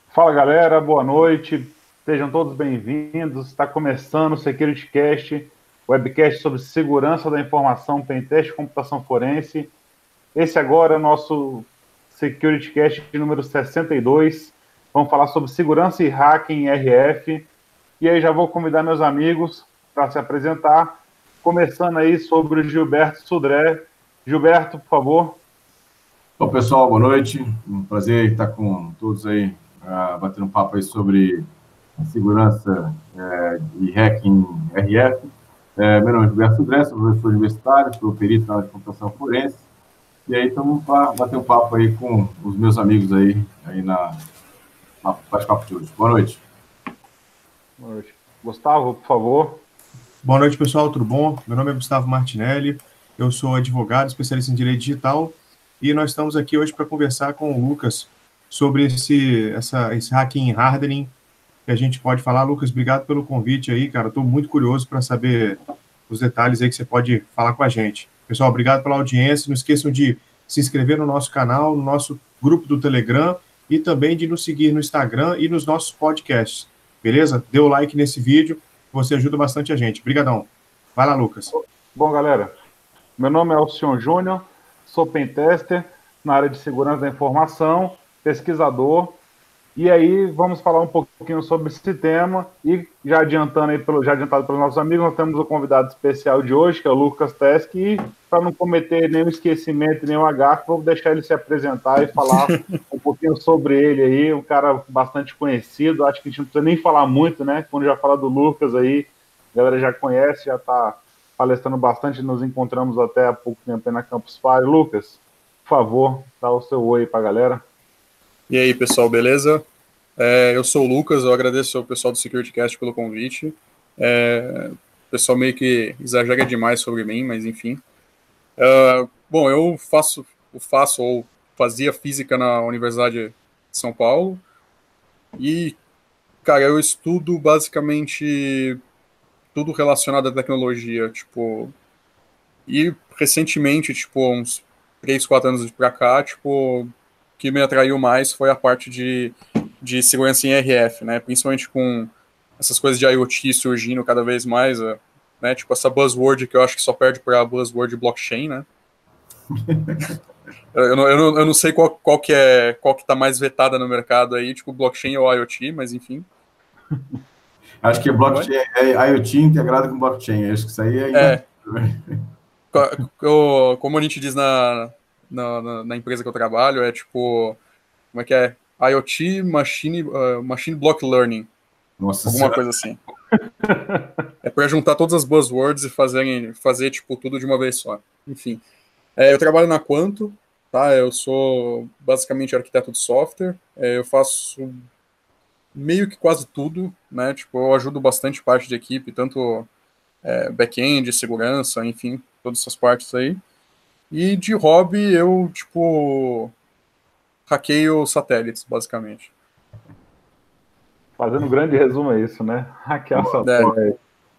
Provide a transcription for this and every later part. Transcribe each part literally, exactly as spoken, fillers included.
Fala galera, boa noite, sejam todos bem-vindos. Está começando o SecurityCast, webcast sobre segurança da informação, pentest e computação forense. Esse agora é o nosso SecurityCast número sessenta e dois. Vamos falar sobre segurança e hacking em R F. E aí já vou convidar meus amigos para se apresentar, começando aí sobre o Gilberto Sudré. Gilberto, por favor. Bom, pessoal, boa noite. Um prazer estar com todos aí, uh, batendo um papo aí sobre segurança uh, e hacking R F. Uh, meu nome é Gilberto Sudré, sou professor universitário, sou perito na área de computação forense. E aí estamos para bater um papo aí com os meus amigos aí, aí na, na bate-papo de hoje. Boa noite. Boa noite. Gustavo, por favor. Boa noite, pessoal, tudo bom? Meu nome é Gustavo Martinelli, eu sou advogado, especialista em direito digital, e nós estamos aqui hoje para conversar com o Lucas sobre esse, essa, esse hacking hardening que a gente pode falar. Lucas, obrigado pelo convite aí, cara, estou muito curioso para saber os detalhes aí que você pode falar com a gente. Pessoal, obrigado pela audiência, não esqueçam de se inscrever no nosso canal, no nosso grupo do Telegram e também de nos seguir no Instagram e nos nossos podcasts, beleza? Dê o like nesse vídeo, você ajuda bastante a gente. Obrigadão. Vai lá, Lucas. Bom, galera, meu nome é Alcion Júnior, sou pentester na área de segurança da informação, pesquisador, e aí vamos falar um pouquinho sobre esse tema, e já adiantando aí, pelo, já adiantado pelos nossos amigos, nós temos o convidado especial de hoje, que é o Lucas Tesk, e para não cometer nenhum esquecimento, nenhum agafe, vou deixar ele se apresentar e falar um pouquinho sobre ele aí, um cara bastante conhecido, acho que a gente não precisa nem falar muito, né, quando já fala do Lucas aí, a galera já conhece, já está palestrando bastante, nos encontramos até há pouco tempo aí na Campus Party. Lucas, por favor, dá o seu oi para a galera. E aí, pessoal, beleza? É, eu sou o Lucas, eu agradeço ao pessoal do SecurityCast pelo convite. É, o pessoal meio que exagera demais sobre mim, mas enfim. É, bom, eu faço, eu faço ou fazia física na Universidade de São Paulo e, cara, eu estudo basicamente tudo relacionado à tecnologia, tipo, e recentemente, tipo, uns três, quatro anos pra cá, tipo, o que me atraiu mais foi a parte de, de segurança em R F, né, principalmente com essas coisas de IoT surgindo cada vez mais, né, tipo, essa buzzword que eu acho que só perde pra buzzword blockchain, né. eu, não, eu, não, eu não sei qual, qual que é, qual que tá mais vetada no mercado aí, tipo, blockchain ou IoT, mas enfim. Acho que blockchain é IoT integrado com blockchain, acho que isso aí é... É. Como a gente diz na, na, na empresa que eu trabalho, é tipo, como é que é? IoT Machine, uh, Machine Block Learning. Nossa Alguma senhora. coisa assim. É para juntar todas as buzzwords e fazer, fazer tipo, tudo de uma vez só. Enfim. É, eu trabalho na Quanto, tá? Eu sou basicamente arquiteto de software. É, eu faço meio que quase tudo, né? Tipo, eu ajudo bastante parte de equipe, tanto é, back-end, segurança, enfim, todas essas partes aí. E de hobby, eu, tipo, hackeio satélites, basicamente. Fazendo um grande resumo é isso, né? Hackear satélite.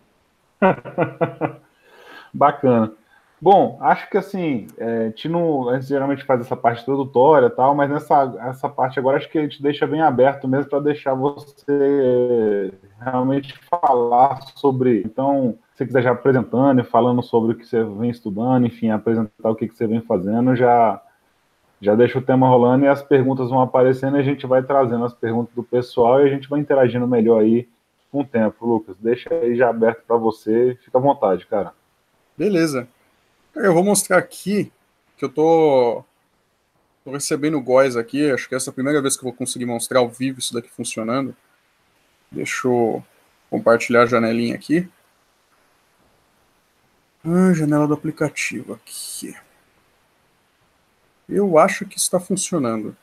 Bacana. Bom, acho que assim, é, a, gente não, a gente geralmente faz essa parte introdutória e tal, mas nessa essa parte agora acho que a gente deixa bem aberto mesmo para deixar você realmente falar sobre. Então, se você quiser já apresentando e falando sobre o que você vem estudando, enfim, apresentar o que, que você vem fazendo, já, já deixa o tema rolando e as perguntas vão aparecendo e a gente vai trazendo as perguntas do pessoal e a gente vai interagindo melhor aí com o tempo. Lucas, deixa aí já aberto para você, fica à vontade, cara. Beleza. Eu vou mostrar aqui que eu tô, tô recebendo o Góis aqui. Acho que essa é a primeira vez que eu vou conseguir mostrar ao vivo isso daqui funcionando. Deixa eu compartilhar a janelinha aqui. Ah, janela do aplicativo aqui. Eu acho que está funcionando.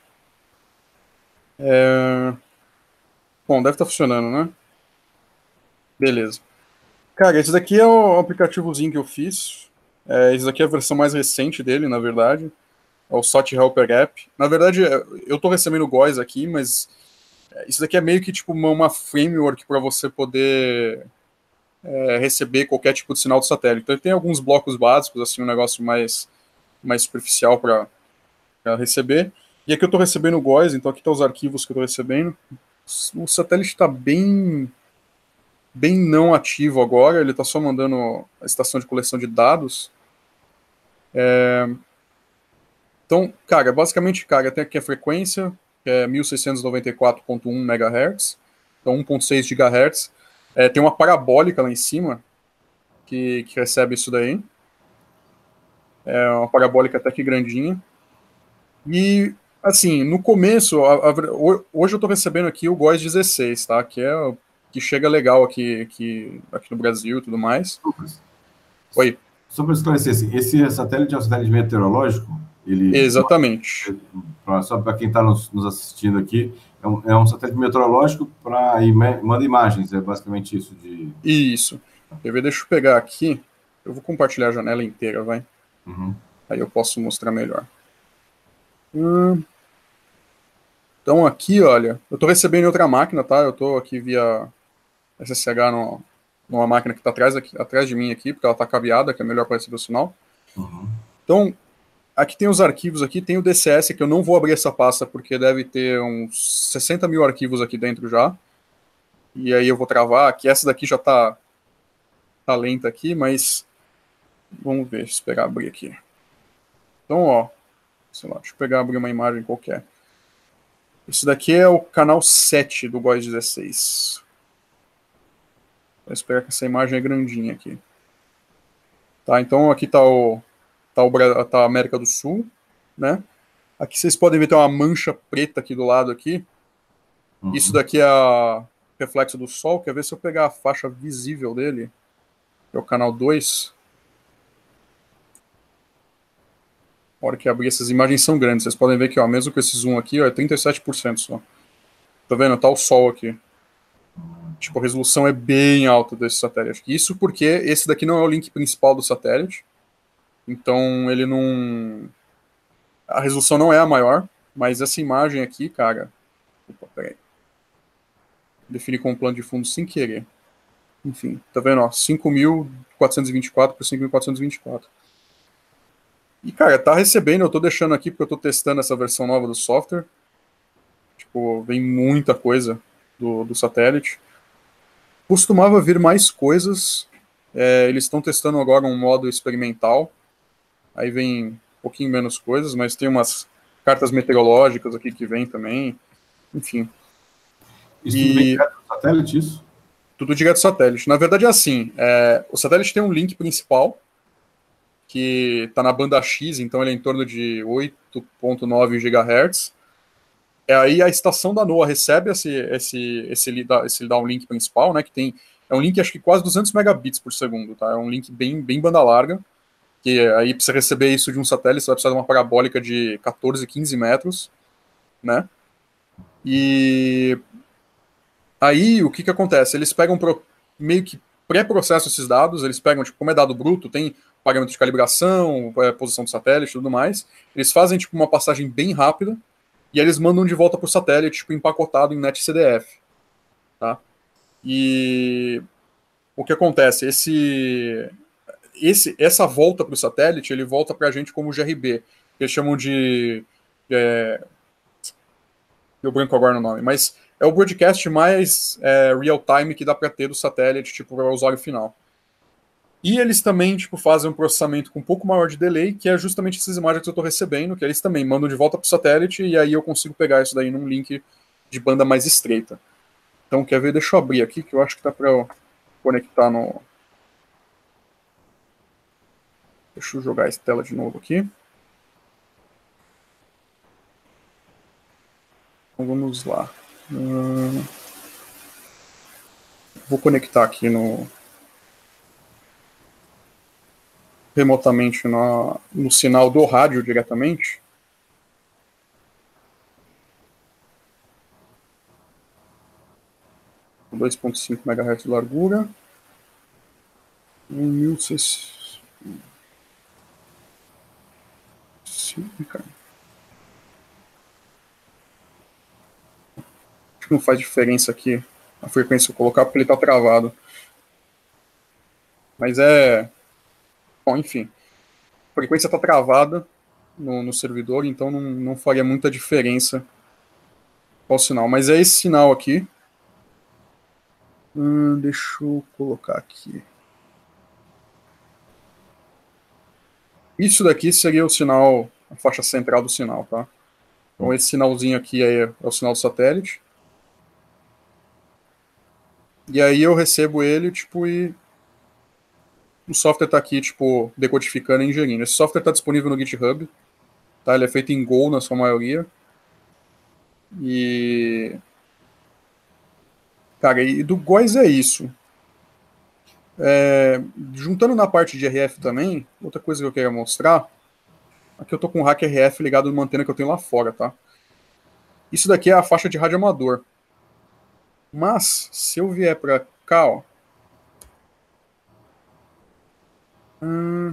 É... Bom, deve estar funcionando, né? Beleza. Cara, esse daqui é o aplicativozinho que eu fiz. É, esse daqui é a versão mais recente dele, na verdade. É o Sot Helper App. Na verdade, eu tô recebendo o Góis aqui, mas isso daqui é meio que tipo uma, uma framework para você poder é, receber qualquer tipo de sinal do satélite. Então ele tem alguns blocos básicos, assim, um negócio mais, mais superficial para receber. E aqui eu estou recebendo o G O E S, então aqui estão os arquivos que eu estou recebendo. O satélite está bem, bem não ativo agora, ele está só mandando a estação de coleção de dados. É... Então, cara, basicamente, cara, tem aqui a frequência, que é mil seiscentos e noventa e quatro ponto um megahertz, então um ponto seis gigahertz. É, tem uma parabólica lá em cima, que, que recebe isso daí. É uma parabólica até que grandinha. E, assim, no começo, a, a, hoje eu estou recebendo aqui o G O E S dezesseis, tá? Que é que chega legal aqui, aqui, aqui no Brasil e tudo mais. Lucas, Oi. Só para esclarecer, esse satélite é um satélite meteorológico? Ele, Exatamente. Só para quem está nos, nos assistindo aqui, é um, é um satélite meteorológico para manda imagens, é basicamente isso. De... Isso. Quer ver? Deixa eu pegar aqui. Eu vou compartilhar a janela inteira, vai. Uhum. Aí eu posso mostrar melhor. Hum. Então aqui, olha, eu estou recebendo em outra máquina, tá? Eu estou aqui via S S H no, numa máquina que está atrás, atrás de mim aqui, porque ela está cabeada, que é melhor para receber o sinal. Uhum. Então, aqui tem os arquivos aqui, tem o D C S, que eu não vou abrir essa pasta, porque deve ter uns sessenta mil arquivos aqui dentro já. E aí eu vou travar, que essa daqui já está tá lenta aqui, mas vamos ver, deixa eu pegar abrir aqui. Então, ó, sei lá, deixa eu pegar abrir uma imagem qualquer. Esse daqui é o canal sete do G O E S dezesseis. Vou esperar que essa imagem é grandinha aqui. Tá, então aqui tá o tá, o, tá a América do Sul, né? Aqui vocês podem ver tem uma mancha preta aqui do lado aqui. Uhum. Isso daqui é o reflexo do sol. Quer ver se eu pegar a faixa visível dele? Que é o canal dois. A hora que abrir, essas imagens são grandes. Vocês podem ver que, ó, mesmo com esse zoom aqui, ó, é trinta e sete por cento só. Tá vendo? Tá o sol aqui. Tipo, a resolução é bem alta desse satélite. Isso porque esse daqui não é o link principal do satélite. Então, ele não... A resolução não é a maior, mas essa imagem aqui, cara... Opa, peraí. Defini como plano de fundo sem querer. Enfim, tá vendo, ó? cinco mil quatrocentos e vinte e quatro por cinco mil quatrocentos e vinte e quatro. E, cara, tá recebendo, eu tô deixando aqui porque eu tô testando essa versão nova do software. Tipo, vem muita coisa do, do satélite. Costumava vir mais coisas. É, eles estão testando agora um modo experimental. Aí vem um pouquinho menos coisas, mas tem umas cartas meteorológicas aqui que vem também. Enfim. Isso e... tudo vem direto do satélite, isso? Tudo direto do satélite. Na verdade é assim, é, o satélite tem um link principal, que está na banda X, então ele é em torno de oito ponto nove gigahertz. É, aí a estação da NOAA recebe esse, esse, esse, esse downlink principal, né, que tem, é um link acho que quase duzentos megabits por segundo, tá? É um link bem, bem banda larga, que aí para você receber isso de um satélite, você vai precisar de uma parabólica de quatorze, quinze metros, né? E aí o que que acontece? Eles pegam pro, meio que pré-processam esses dados, eles pegam, tipo, como é dado bruto, tem parâmetro de calibração, é, posição do satélite e tudo mais, eles fazem tipo uma passagem bem rápida e aí eles mandam de volta para o satélite, tipo, empacotado em NetCDF, tá? E o que acontece? Esse, esse, essa volta para o satélite, ele volta para a gente como G R B, que eles chamam de... É, eu branco agora no nome, mas é o broadcast mais é, real-time que dá para ter do satélite, tipo, para o usuário final. E eles também, tipo, fazem um processamento com um pouco maior de delay, que é justamente essas imagens que eu estou recebendo, que eles também mandam de volta para o satélite, e aí eu consigo pegar isso daí num link de banda mais estreita. Então, quer ver? Deixa eu abrir aqui, que eu acho que tá para conectar no... Deixa eu jogar essa tela de novo aqui. Então, vamos lá. Hum... Vou conectar aqui no... remotamente no, no sinal do rádio diretamente. dois ponto cinco megahertz de largura. mil e seiscentos. Acho que não faz diferença aqui a frequência que eu colocar porque ele está travado. Mas é... Bom, enfim. A frequência está travada no, no servidor, então não, não faria muita diferença qual sinal. Mas é esse sinal aqui. Hum, deixa eu colocar aqui. Isso daqui seria o sinal, a faixa central do sinal, tá? Então esse sinalzinho aqui é, é o sinal do satélite. E aí eu recebo ele, tipo, e o software está aqui, tipo, decodificando e ingerindo. Esse software está disponível no GitHub, tá? Ele é feito em Go na sua maioria. E... Cara, e do Góis é isso. É... Juntando na parte de R F também, outra coisa que eu queria mostrar, aqui eu tô com um hack R F ligado numa antena que eu tenho lá fora, tá? Isso daqui é a faixa de rádio amador. Mas, se eu vier pra cá, ó... Hum...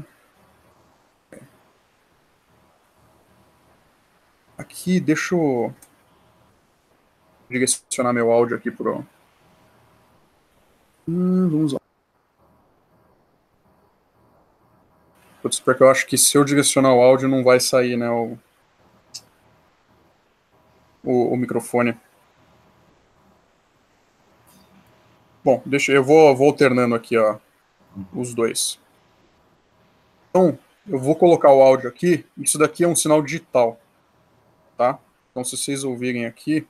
Aqui, deixa eu direcionar meu áudio aqui pro... Hum, vamos lá. Putz, porque eu acho que se eu direcionar o áudio não vai sair, né, o, o, o microfone. Bom, deixa eu vou, vou alternando aqui, ó, os dois. Então, eu vou colocar o áudio aqui. Isso daqui é um sinal digital, tá? Então, se vocês ouvirem aqui...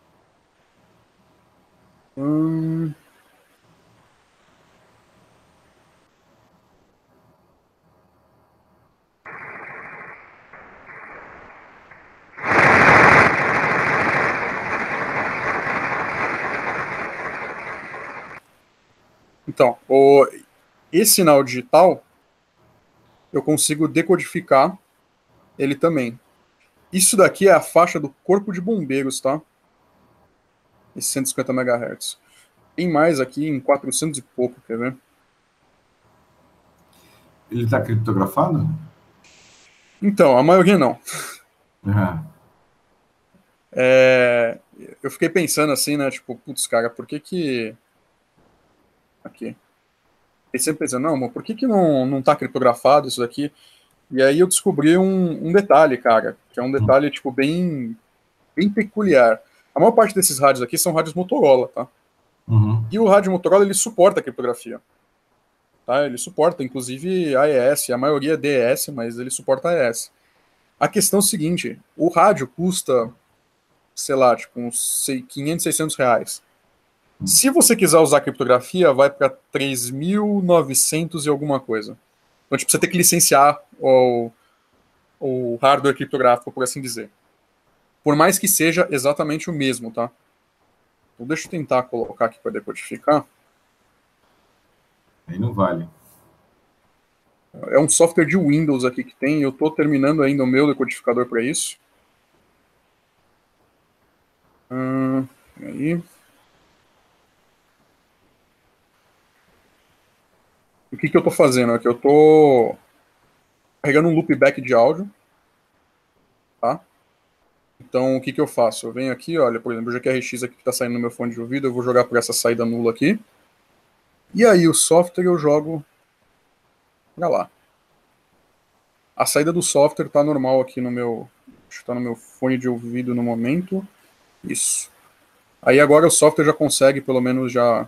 Hum... Então, o, esse sinal digital, eu consigo decodificar ele também. Isso daqui é a faixa do Corpo de Bombeiros, tá? Esse cento e cinquenta megahertz. Tem mais aqui em quatrocentos e pouco, quer ver? Ele está criptografado? Então, a maioria não. Uhum. É, eu fiquei pensando assim, né? Tipo, putz, cara, por que que... Aqui. Fiquei sempre pensando, não, mas por que que não, não tá criptografado isso daqui? E aí eu descobri um, um detalhe, cara, que é um detalhe, tipo, bem, bem peculiar. A maior parte desses rádios aqui são rádios Motorola, tá? Uhum. E o rádio Motorola, ele suporta a criptografia. Tá? Ele suporta, inclusive, A E S. A maioria é D E S, mas ele suporta A E S. A questão é o seguinte, o rádio custa, sei lá, tipo, uns quinhentos, seiscentos reais. Se você quiser usar criptografia, vai para três mil e novecentos e alguma coisa. Então, tipo, você tem que licenciar o, o hardware criptográfico, por assim dizer. Por mais que seja exatamente o mesmo, tá? Então, deixa eu tentar colocar aqui para decodificar. Aí não vale. É um software de Windows aqui que tem, eu estou terminando ainda o meu decodificador para isso. Hum, aí. O que, que eu estou fazendo aqui? Eu estou carregando um loopback de áudio. Tá? Então, o que, que eu faço? Eu venho aqui, olha, por exemplo, o G Q R X aqui que está saindo no meu fone de ouvido, eu vou jogar por essa saída nula aqui. E aí o software eu jogo para lá. A saída do software está normal aqui no meu, está no meu fone de ouvido no momento. Isso. Aí agora o software já consegue, pelo menos, já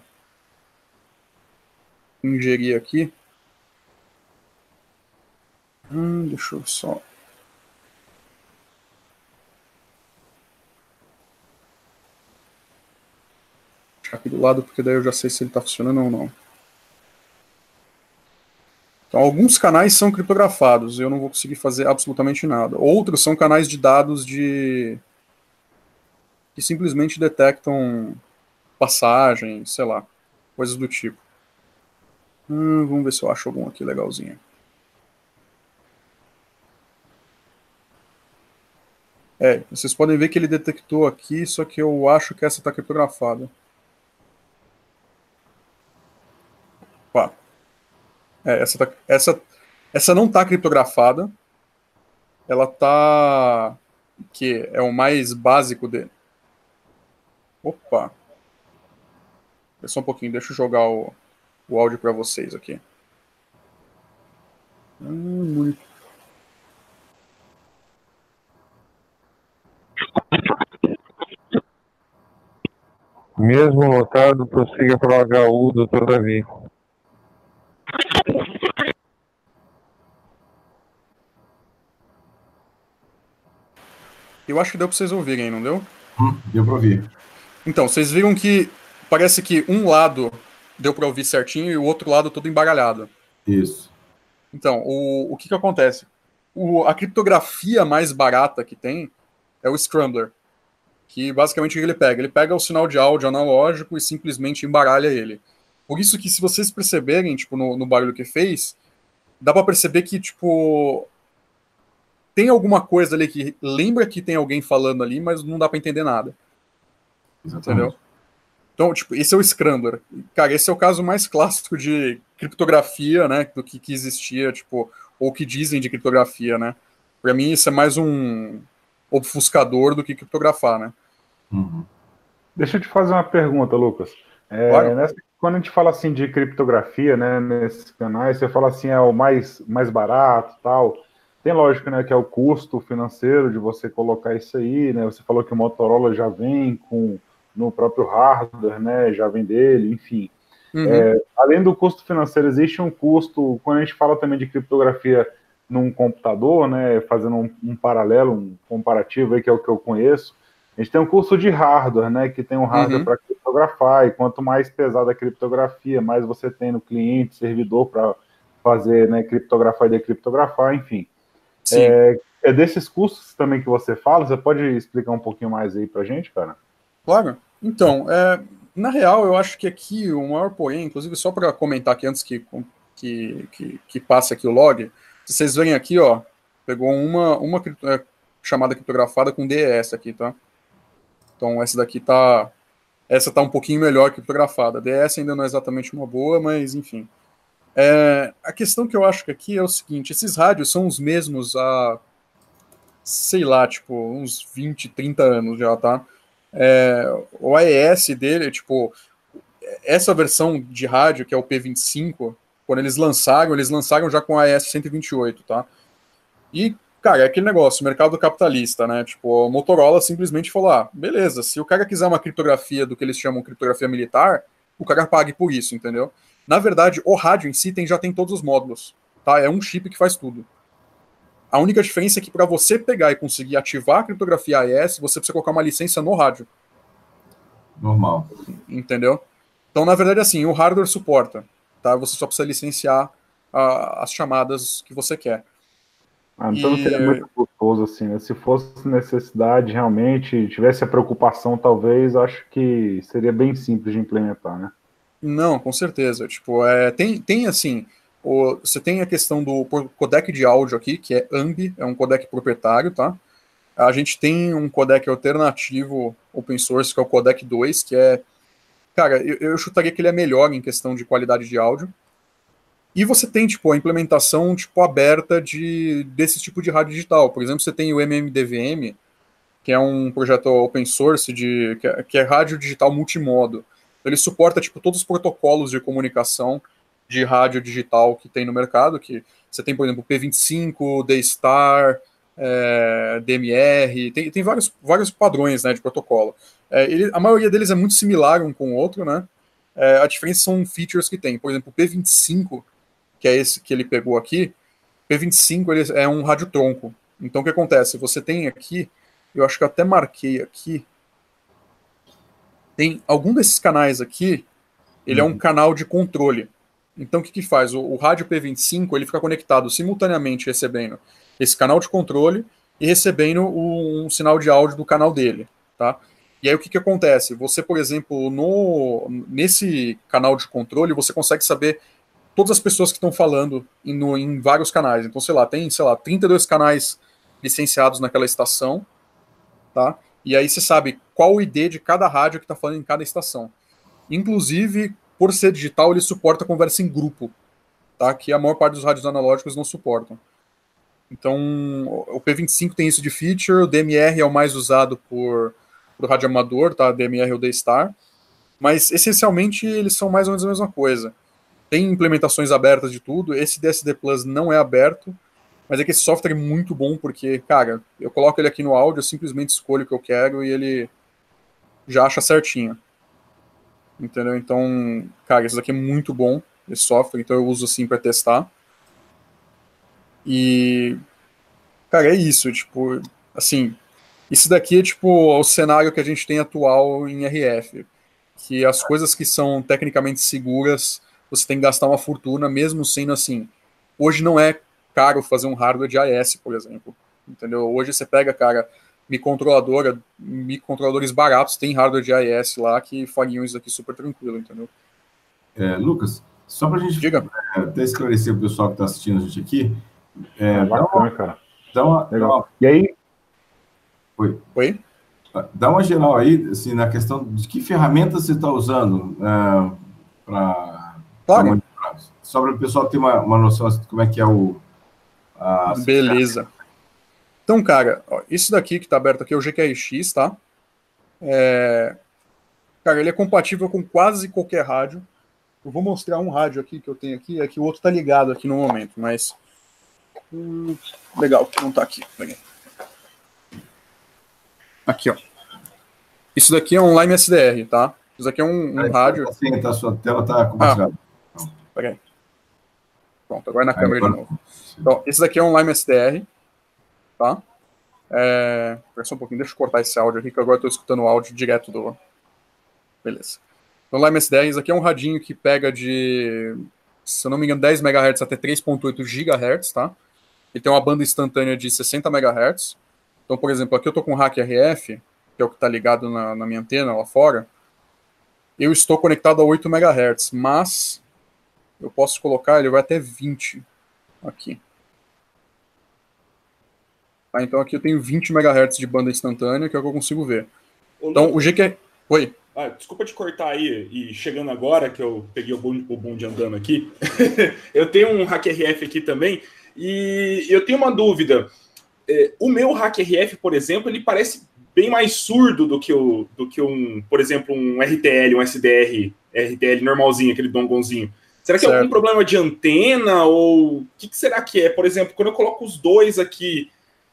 ingerir aqui. Hum, deixa eu só... deixar aqui do lado, porque daí eu já sei se ele está funcionando ou não. Então, alguns canais são criptografados, eu não vou conseguir fazer absolutamente nada. Outros são canais de dados de... que simplesmente detectam passagem, sei lá, coisas do tipo. Hum, vamos ver se eu acho algum aqui legalzinho. É, vocês podem ver que ele detectou aqui, só que eu acho que essa está criptografada. Opa. É, essa, tá, essa, essa não está criptografada. Ela está... que é o mais básico dele. Opa. Só um pouquinho, deixa eu jogar o, o áudio para vocês aqui. Hum, muito... Mesmo lotado, prossiga para o H U, doutor Davi. Eu acho que deu para vocês ouvirem, não deu? Hum, deu para ouvir. Então, vocês viram que parece que um lado deu para ouvir certinho e o outro lado todo embaralhado. Isso. Então, o, o que que acontece? O, a criptografia mais barata que tem é o Scrambler, que basicamente o que ele pega? Ele pega o sinal de áudio analógico e simplesmente embaralha ele. Por isso que, se vocês perceberem, tipo, no, no barulho que fez, dá para perceber que, tipo, tem alguma coisa ali que lembra que tem alguém falando ali, mas não dá para entender nada. Exatamente. Entendeu? Então, tipo, esse é o Scrambler. Cara, esse é o caso mais clássico de criptografia, né, do que, que existia, tipo, ou que dizem de criptografia, né. Pra mim, isso é mais um obfuscador do que criptografar, né. Uhum. Deixa eu te fazer uma pergunta, Lucas. É, Claro. nessa, quando a gente fala assim de criptografia, né, nesses canais, você fala assim, é o mais, mais barato tal. Tem lógico, né, que é o custo financeiro de você colocar isso aí, né? Você falou que o Motorola já vem com no próprio hardware, né? Já vem dele, enfim. Uhum. É, além do custo financeiro, existe um custo, quando a gente fala também de criptografia num computador, né? Fazendo um, um paralelo, um comparativo aí, que é o que eu conheço, a gente tem um custo de hardware, né? Que tem um hardware Uhum. para criptografar, e quanto mais pesada a criptografia, mais você tem no cliente, servidor para fazer, né, criptografar e decriptografar, enfim. Sim. É, é desses custos também que você fala? Você pode explicar um pouquinho mais aí pra gente, cara? Claro. Então, é, na real, eu acho que aqui o maior porém, inclusive só para comentar aqui antes que, que, que, que passe aqui o log, se vocês verem aqui, ó, pegou uma, uma cripto, é, chamada criptografada com D E S aqui, tá? Então essa daqui tá, essa tá um pouquinho melhor criptografada. D E S ainda não é exatamente uma boa, mas enfim. É, a questão que eu acho que aqui é o seguinte, esses rádios são os mesmos há, sei lá, tipo, uns vinte, trinta anos já, tá? É, o A E S dele, tipo, essa versão de rádio, que é o P vinte e cinco, quando eles lançaram, eles lançaram já com a A E S cento e vinte e oito, tá? E, cara, é aquele negócio, mercado capitalista, né? Tipo, a Motorola simplesmente falou, ah, beleza, se o cara quiser uma criptografia do que eles chamam de criptografia militar, o cara pague por isso, entendeu? Na verdade, o rádio em si tem, já tem todos os módulos, tá? É um chip que faz tudo. A única diferença é que para você pegar e conseguir ativar a criptografia A E S, você precisa colocar uma licença no rádio. Normal. Entendeu? Então, na verdade, assim, o hardware suporta, tá? Você só precisa licenciar a, as chamadas que você quer. Ah, então não seria E- muito custoso assim, né? Se fosse necessidade realmente, tivesse a preocupação, talvez, acho que seria bem simples de implementar, né? Não, com certeza. Tipo, é, tem, tem assim, o, você tem a questão do por- codec de áudio aqui, que é A M B, é um codec proprietário, tá? A gente tem um codec alternativo open source, que é o codec dois, que é, cara, eu, eu chutaria que ele é melhor em questão de qualidade de áudio. E você tem, tipo, a implementação, tipo, aberta de, desse tipo de rádio digital. Por exemplo, você tem o M M D V M, que é um projeto open source de, que, é, que é rádio digital multimodo. Ele suporta, tipo, todos os protocolos de comunicação de rádio digital que tem no mercado, que você tem, por exemplo, P vinte e cinco, D-Star, é, D M R, tem, tem vários, vários padrões, né, de protocolo. É, ele, a maioria deles é muito similar um com o outro, né? É, a diferença são features que tem. Por exemplo, o P vinte e cinco, que é esse que ele pegou aqui, P vinte e cinco ele é um radiotronco. Então o que acontece? Você tem aqui, eu acho que eu até marquei aqui, tem algum desses canais aqui, ele é um canal de controle. Então o que que faz? O, o rádio P vinte e cinco ele fica conectado simultaneamente recebendo esse canal de controle e recebendo um, um sinal de áudio do canal dele, tá? E aí o que que acontece? Você, por exemplo, no, nesse canal de controle, você consegue saber todas as pessoas que estão falando em, no, em vários canais. Então, sei lá, tem, sei lá, trinta e dois canais licenciados naquela estação, tá? E aí você sabe qual o I D de cada rádio que está falando em cada estação. Inclusive, por ser digital, ele suporta conversa em grupo, tá? Que a maior parte dos rádios analógicos não suportam. Então, o P vinte e cinco tem isso de feature, o D M R é o mais usado por, por rádio amador, tá? D M R ou D-Star. Mas, essencialmente, eles são mais ou menos a mesma coisa. Tem implementações abertas de tudo. Esse D S D Plus não é aberto, mas é que esse software é muito bom porque, cara, eu coloco ele aqui no áudio, eu simplesmente escolho o que eu quero e ele já acha certinho. entendeu? Então, cara, esse daqui é muito bom, esse software, então eu uso assim para testar. E, cara, é isso, tipo, assim, isso daqui é tipo o cenário que a gente tem atual em R F, que as coisas que são tecnicamente seguras, você tem que gastar uma fortuna, mesmo sendo assim. Hoje não é caro fazer um hardware de I S, por exemplo, entendeu? Hoje você pega, cara, microcontroladora, microcontroladores baratos, tem hardware de I S lá que fariam isso aqui super tranquilo, entendeu? É, Lucas, só para a gente Diga. É, até esclarecer o pessoal que está assistindo a gente aqui, é, Ah, dá bacana, uma, cara. dá uma, dá Legal. uma, E aí, oi, Oi? dá uma geral aí, assim, na questão de que ferramentas você está usando é, para Claro. monitorar, só para o pessoal ter uma, uma noção de como é que é o... A... Beleza. Então, cara, ó, isso daqui que está aberto aqui é o G Q R X, tá? É... Cara, ele é compatível com quase qualquer rádio. Eu vou mostrar um rádio aqui que eu tenho aqui, é que o outro tá ligado aqui no momento, mas... Hum, legal, que não tá aqui. Aqui, ó. Isso daqui é um Lime S D R, tá? Isso daqui é um, um rádio... Assim, tá, sua tela tá compartilhada. Ah, peraí. Pronto, agora na Aí, câmera agora... de novo. Então, esse daqui é um Lime S D R, tá? É... Espera só um pouquinho, deixa eu cortar esse áudio aqui, que agora eu tô escutando o áudio direto do... Beleza. Então, Lime S D R, isso aqui é um radinho que pega de, se eu não me engano, dez megahertz até três ponto oito gigahertz, tá? Ele tem uma banda instantânea de sessenta megahertz. Então, por exemplo, aqui eu tô com um rack R F, que é o que tá ligado na, na minha antena lá fora. Eu estou conectado a oito megahertz, mas eu posso colocar, ele vai até vinte aqui. Tá, então aqui eu tenho vinte megahertz de banda instantânea, que é o que eu consigo ver. Ô, Então, Lucas, o G Q... Oi. ah, desculpa te cortar aí, e chegando agora, que eu peguei o bonde, o bonde andando aqui, eu tenho um Hack R F aqui também, e eu tenho uma dúvida. É, o meu Hack R F, por exemplo, ele parece bem mais surdo do que, o, do que um, por exemplo, um R T L, um S D R, R T L normalzinho, aquele dongonzinho. Será que Certo. é algum problema de antena, ou o que, que será que é? Por exemplo, quando eu coloco os dois aqui,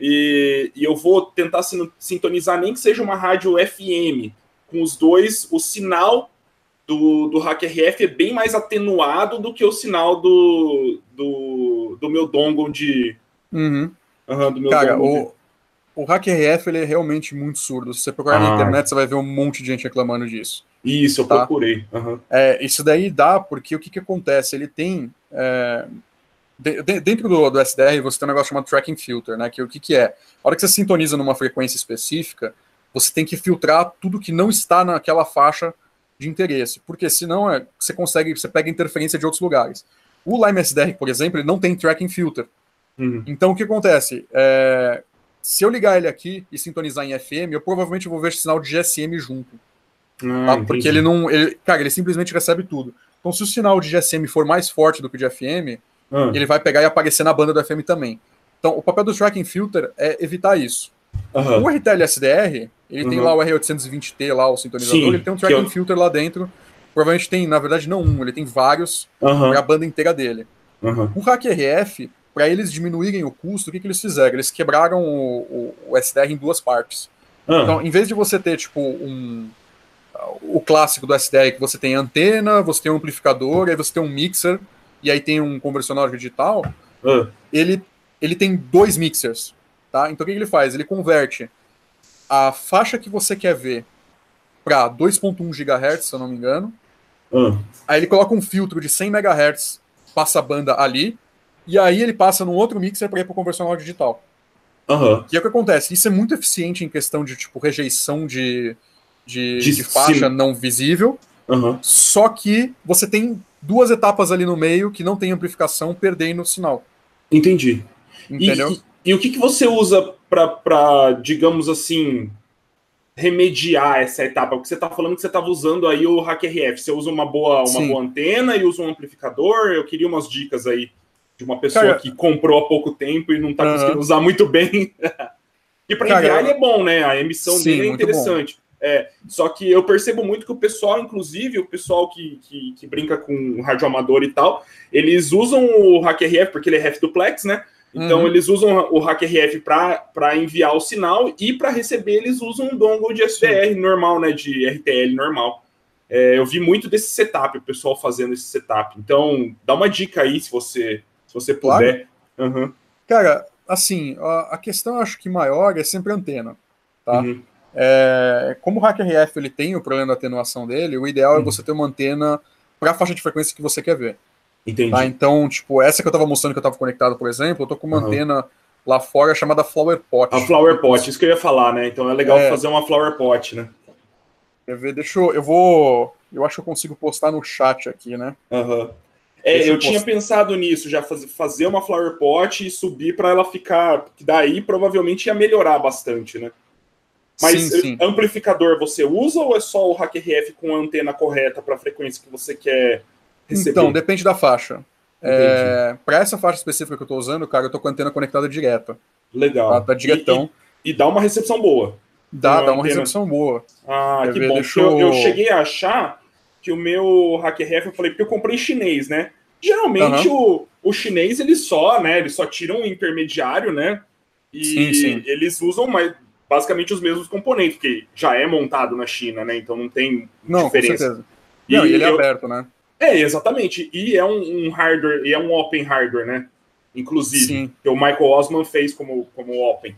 e, e eu vou tentar sintonizar nem que seja uma rádio F M, com os dois, o sinal do, do Hack R F é bem mais atenuado do que o sinal do, do, do meu dongle de... Uhum. Uhum, do meu Cara, dongle de... o, o Hack R F ele é realmente muito surdo. Se você procurar Ah. na internet, você vai ver um monte de gente reclamando disso. Isso, eu tá? procurei. Uhum. É, isso daí dá porque o que, que acontece? Ele tem... É, de, de, dentro do, do S D R, você tem um negócio chamado tracking filter, né? Que o que, que é? A hora que você sintoniza numa frequência específica, você tem que filtrar tudo que não está naquela faixa de interesse, porque senão é, você consegue, você pega interferência de outros lugares. O Lime S D R, por exemplo, ele não tem tracking filter. Uhum. Então o que acontece? É, se eu ligar ele aqui e sintonizar em F M, eu provavelmente vou ver sinal de G S M junto. Ah, Tá? Porque ele não. Ele, cara, ele simplesmente recebe tudo. Então, se o sinal de G S M for mais forte do que o de F M, ah. ele vai pegar e aparecer na banda do F M também. Então, o papel do tracking filter é evitar isso. Uhum. O R T L S D R, ele Uhum. tem lá o R oitocentos e vinte T, lá o sintonizador, Sim, ele tem um tracking eu... filter lá dentro. Provavelmente tem, na verdade, não um, ele tem vários uhum. para a banda inteira dele. Uhum. O Hack R F, para eles diminuírem o custo, o que, que eles fizeram? Eles quebraram o, o, o S D R em duas partes. Uhum. Então, em vez de você ter, tipo, um... o clássico do S D R, que você tem antena, você tem um amplificador, aí você tem um mixer, e aí tem um conversionador digital, uhum. ele, ele tem dois mixers. Tá? Então o que, que ele faz? Ele converte a faixa que você quer ver para dois ponto um gigahertz, se eu não me engano. Uhum. Aí ele coloca um filtro de cem megahertz, passa a banda ali, e aí ele passa num outro mixer para ir para o conversionador digital. Uhum. E é o que acontece? Isso é muito eficiente em questão de tipo rejeição de, de, De de faixa sim. não visível. Uhum. Só que você tem duas etapas ali no meio que não tem amplificação, perdendo o sinal. Entendi. Entendeu? E, e, e o que, que você usa para, digamos assim, remediar essa etapa? Porque você está falando que você estava usando aí o Hack R F. Você usa uma boa, uma boa antena e usa um amplificador? Eu queria umas dicas aí de uma pessoa Cara, que comprou há pouco tempo e não está uh-huh. conseguindo usar muito bem. E para enviar Cara, ele é bom, né? A emissão sim, dele é interessante. É, só que eu percebo muito que o pessoal, inclusive o pessoal que, que, que brinca com radioamador e tal, eles usam o Hack R F, porque ele é Half Duplex, né? Então uhum. eles usam o Hack R F para enviar o sinal e para receber eles usam um dongle de S D R Sim. normal, né? De R T L normal. É, eu vi muito desse setup, o pessoal fazendo esse setup. Então, dá uma dica aí, se você, se você puder. Claro. Uhum. Cara, assim, a, a questão eu acho que maior é sempre a antena, tá? Uhum. É, como o Hack R F ele tem o problema da atenuação dele, o ideal uhum. é você ter uma antena para a faixa de frequência que você quer ver. Entendi. Tá? Então, tipo, essa que eu tava mostrando que eu tava conectado, por exemplo, eu tô com uma uhum. antena lá fora chamada Flower Pot. A Flower Pot, isso que eu ia falar, né? Então é legal é... fazer uma Flower Pot, né? Quer ver? Deixa eu... Eu vou... Eu acho que eu consigo postar no chat aqui, né? Aham. Uhum. É, Deixa eu, eu tinha pensado nisso, já faz, fazer uma Flower Pot e subir para ela ficar... Que daí provavelmente ia melhorar bastante, né? Mas sim, sim. amplificador você usa ou é só o Hack R F com a antena correta para a frequência que você quer receber? Então, depende da faixa. É, para essa faixa específica que eu estou usando, cara, eu tô com a antena conectada direta. Legal. Tá, tá diretão. E, e, e dá uma recepção boa. Dá, dá uma antena... recepção boa. Ah, Quer que ver? bom. Deixa eu... eu cheguei a achar que o meu Hack R F, eu falei, porque eu comprei chinês, né? Geralmente uhum. o, o chinês, eles só, né? Eles só tiram o intermediário, né? E sim, sim. eles usam mais, basicamente os mesmos componentes, porque já é montado na China, né? Então não tem não, diferença. Com certeza. E não, e ele é eu... aberto, né? É, exatamente. E é um, um hardware, e é um open hardware, né? Inclusive, Sim. que o Michael Osman fez como, como open.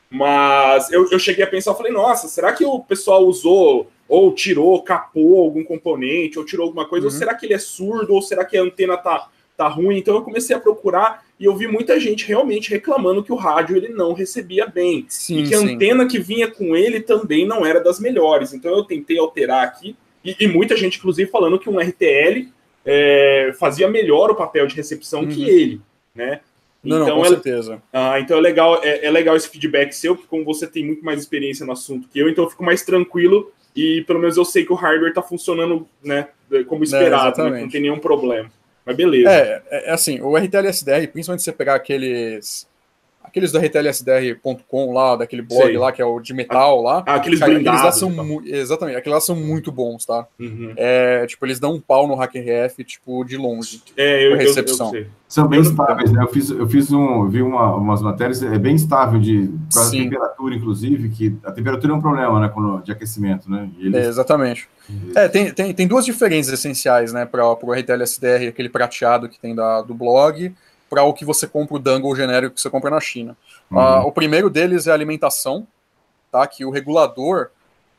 Mas eu, eu cheguei a pensar, eu falei, nossa, será que o pessoal usou, ou tirou, capou algum componente, ou tirou alguma coisa, uhum. ou será que ele é surdo, ou será que a antena tá, tá ruim? Então eu comecei a procurar e eu vi muita gente realmente reclamando que o rádio ele não recebia bem. Sim, e que a sim. antena que vinha com ele também não era das melhores. Então eu tentei alterar aqui, e, e muita gente, inclusive, falando que um R T L é, fazia melhor o papel de recepção uhum. que ele, né? Não, então, não, com é, certeza. Ah, então é legal, é, é legal esse feedback seu, porque como você tem muito mais experiência no assunto que eu, então eu fico mais tranquilo e pelo menos eu sei que o hardware está funcionando, né, como esperado, é, né, não tem nenhum problema. Mas beleza. É, é, é assim, o R T L S D R, principalmente se você pegar aqueles aqueles do R T L S D R ponto com lá, daquele blog sei. Lá, que é o de metal lá. Ah, aqueles cara, blindados. Aqueles lá são mu- exatamente, aqueles lá são muito bons, tá? Uhum. É, tipo, eles dão um pau no Hack R F, tipo, de longe. É, eu, recepção. eu, eu sei. São bem estáveis, né? Eu fiz, eu fiz um, eu vi uma, umas matérias, é bem estável de por causa da temperatura, inclusive, que a temperatura é um problema, né, quando, de aquecimento, né? E eles... É, exatamente. Uhum. É, tem, tem, tem duas diferenças essenciais, né, para o R T L S D R, aquele prateado que tem da, do blog, para o que você compra o dongle genérico que você compra na China. Uhum. Uh, o primeiro deles é a alimentação, tá? Que o regulador,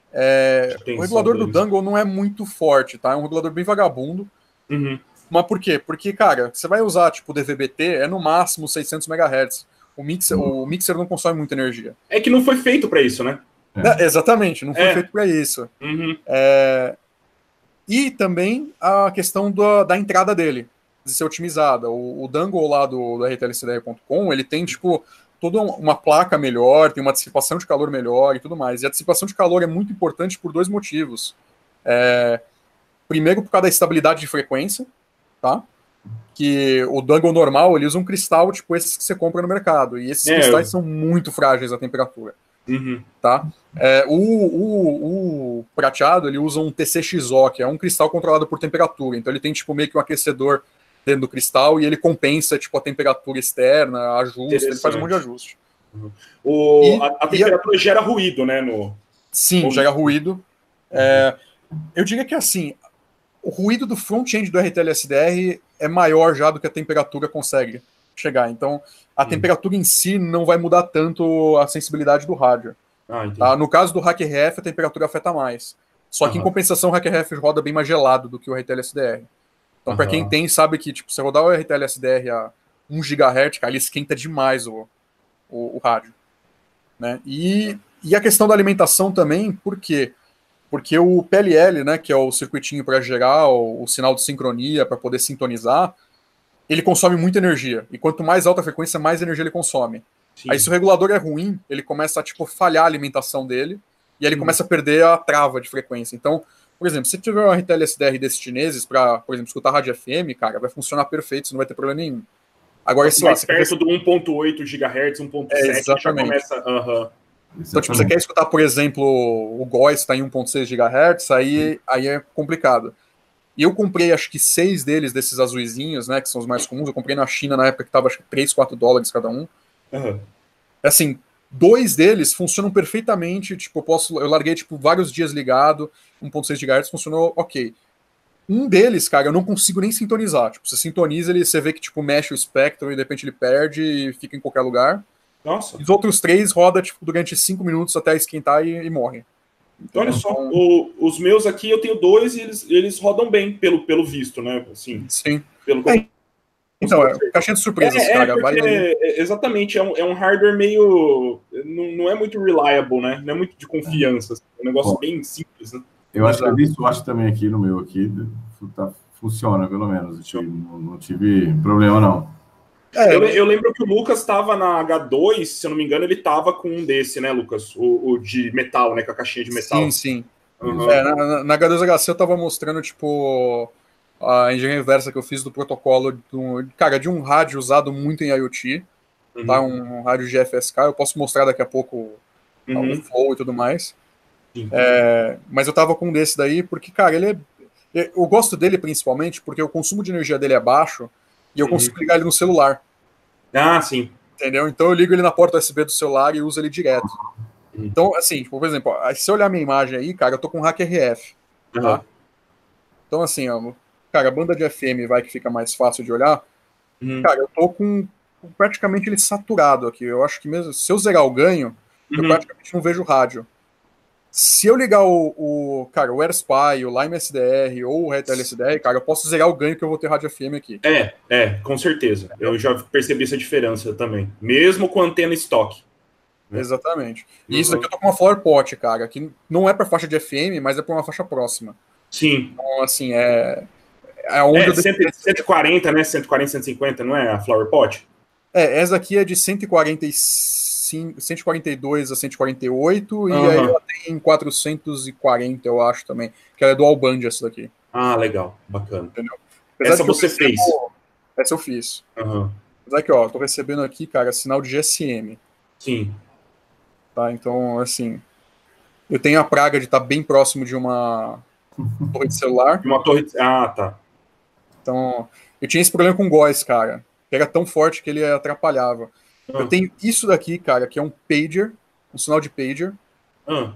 é, o regulador deles. do dongle não é muito forte, tá? É um regulador bem vagabundo. Uhum. Mas por quê? Porque, cara, você vai usar tipo D V B T, é no máximo seiscentos megahertz. O mixer, uhum. o mixer não consome muita energia. É que não foi feito para isso, né? É. É, exatamente, não foi é. feito para isso. Uhum. É, e também a questão da, da entrada dele de ser otimizada. O, o dongle lá do, do R T L S D R ponto com, ele tem, tipo, toda uma placa melhor, tem uma dissipação de calor melhor e tudo mais. E a dissipação de calor é muito importante por dois motivos. É, primeiro, por causa da estabilidade de frequência, tá? Que o dongle normal, ele usa um cristal, tipo esses que você compra no mercado. E esses é, cristais eu... são muito frágeis à temperatura. Uhum. Tá? É, o, o, o prateado, ele usa um T C X O, que é um cristal controlado por temperatura. Então ele tem, tipo, meio que um aquecedor dentro do cristal e ele compensa, tipo, a temperatura externa, ajusta, ele faz um monte de ajuste. Uhum. O, e, a, a temperatura a... gera ruído, né? No... Sim, Ou gera ruído. Uhum. É, eu diria que, assim, o ruído do front-end do R T L S D R é maior já do que a temperatura consegue chegar. Então, a uhum. temperatura em si não vai mudar tanto a sensibilidade do rádio. Ah, tá? No caso do Hack R F, a temperatura afeta mais. Só que, uhum. em compensação, o Hack R F roda bem mais gelado do que o R T L S D R. Então, uhum. para quem tem, sabe que, tipo, você rodar o R T L S D R a um gigahertz, cara, ele esquenta demais o, o, o rádio. Né? E, e a questão da alimentação também, por quê? Porque o P L L, né, que é o circuitinho para gerar o, o sinal de sincronia, para poder sintonizar, ele consome muita energia. E quanto mais alta a frequência, mais energia ele consome. Sim. Aí, se o regulador é ruim, ele começa a, tipo, falhar a alimentação dele, e aí ele hum. começa a perder a trava de frequência. Então, por exemplo, se tiver um R T L S D R desses chineses para, por exemplo, escutar rádio F M, cara, vai funcionar perfeito, você não vai ter problema nenhum. Agora, se mais perto quer... do um ponto oito gigahertz, um ponto sete, é, já começa... Uhum. Então, tipo, você quer escutar, por exemplo, o G O S está em um ponto seis gigahertz, aí, aí é complicado. E eu comprei, acho que seis deles, desses azuizinhos, né, que são os mais comuns. Eu comprei na China na época que estava, acho que três, quatro dólares cada um. Uhum. Assim, dois deles funcionam perfeitamente, tipo, eu posso, eu larguei, tipo, vários dias ligado, um ponto seis gigahertz funcionou ok. Um deles, cara, eu não consigo nem sintonizar. Tipo, você sintoniza, ele, você vê que, tipo, mexe o espectro e de repente ele perde e fica em qualquer lugar. Nossa. E os outros três roda, tipo, durante cinco minutos até esquentar e, e morre. Então, olha só, o, os meus aqui eu tenho dois e eles, eles rodam bem, pelo, pelo visto, né? Assim, sim. Pelo que é, eu... Então, é caixinha de surpresas, é, cara. É, porque, vai... é, exatamente, é um, é um hardware meio... Não, não é muito reliable, né? Não é muito de confiança. Assim, é um negócio Bom, bem simples, né? Eu acho que eu dei sorte também aqui no meu, aqui, tá, funciona, pelo menos. Tive, não, não tive problema, não. É, eu, eu lembro que o Lucas estava na H dois, se eu não me engano, ele estava com um desse, né, Lucas? O, o de metal, né? Com a caixinha de metal. Sim, sim. Uhum. É, na, na H dois H C eu tava mostrando, tipo, a engenharia inversa que eu fiz do protocolo, do, cara, de um rádio usado muito em IoT, uhum. tá? Um, um rádio G F S K, eu posso mostrar daqui a pouco uhum. o flow e tudo mais. É, mas eu tava com um desse daí, porque, cara, ele é, eu gosto dele principalmente porque o consumo de energia dele é baixo e eu consigo uhum. ligar ele no celular. Ah, sim. Entendeu? Então eu ligo ele na porta U S B do celular e uso ele direto. Uhum. Então, assim, tipo, por exemplo, se eu olhar minha imagem aí, cara, eu tô com Hack R F. Uhum. Tá? Então, assim, ó, cara, a banda de F M vai que fica mais fácil de olhar. Uhum. Cara, eu tô com, com praticamente ele saturado aqui. Eu acho que mesmo se eu zerar o ganho, uhum. eu praticamente não vejo rádio. Se eu ligar o, o cara, o AirSpy, o Lime S D R ou o Ret L S D R, cara, eu posso zerar o ganho que eu vou ter rádio F M aqui. É, é, com certeza. Eu já percebi essa diferença também. Mesmo com antena estoque. Né? Exatamente. E uhum. isso daqui eu tô com uma FlowerPot, cara, que não é pra faixa de F M, mas é pra uma faixa próxima. Sim. Então, assim, é... É, onde é eu cento, cento e quarenta, né? cento e quarenta, cento e cinquenta, não é a FlowerPot? É, essa aqui é de cento e quarenta e cinco, cento e quarenta e dois a cento e quarenta e oito, uhum. e aí ela tem quatrocentos e quarenta, eu acho, também, que ela é dual band essa daqui. Ah, legal, bacana. Entendeu? Essa você recebo, fez? Essa eu fiz. Uhum. Mas aqui, ó, tô recebendo aqui, cara, sinal de G S M. Sim. Tá, então, assim, eu tenho a praga de estar bem próximo de uma torre de celular. De uma torre de... Ah, tá. Então, eu tinha esse problema com o G O S, cara, que era tão forte que ele atrapalhava. Ah. Eu tenho isso daqui, cara, que é um pager, um sinal de pager. Ah.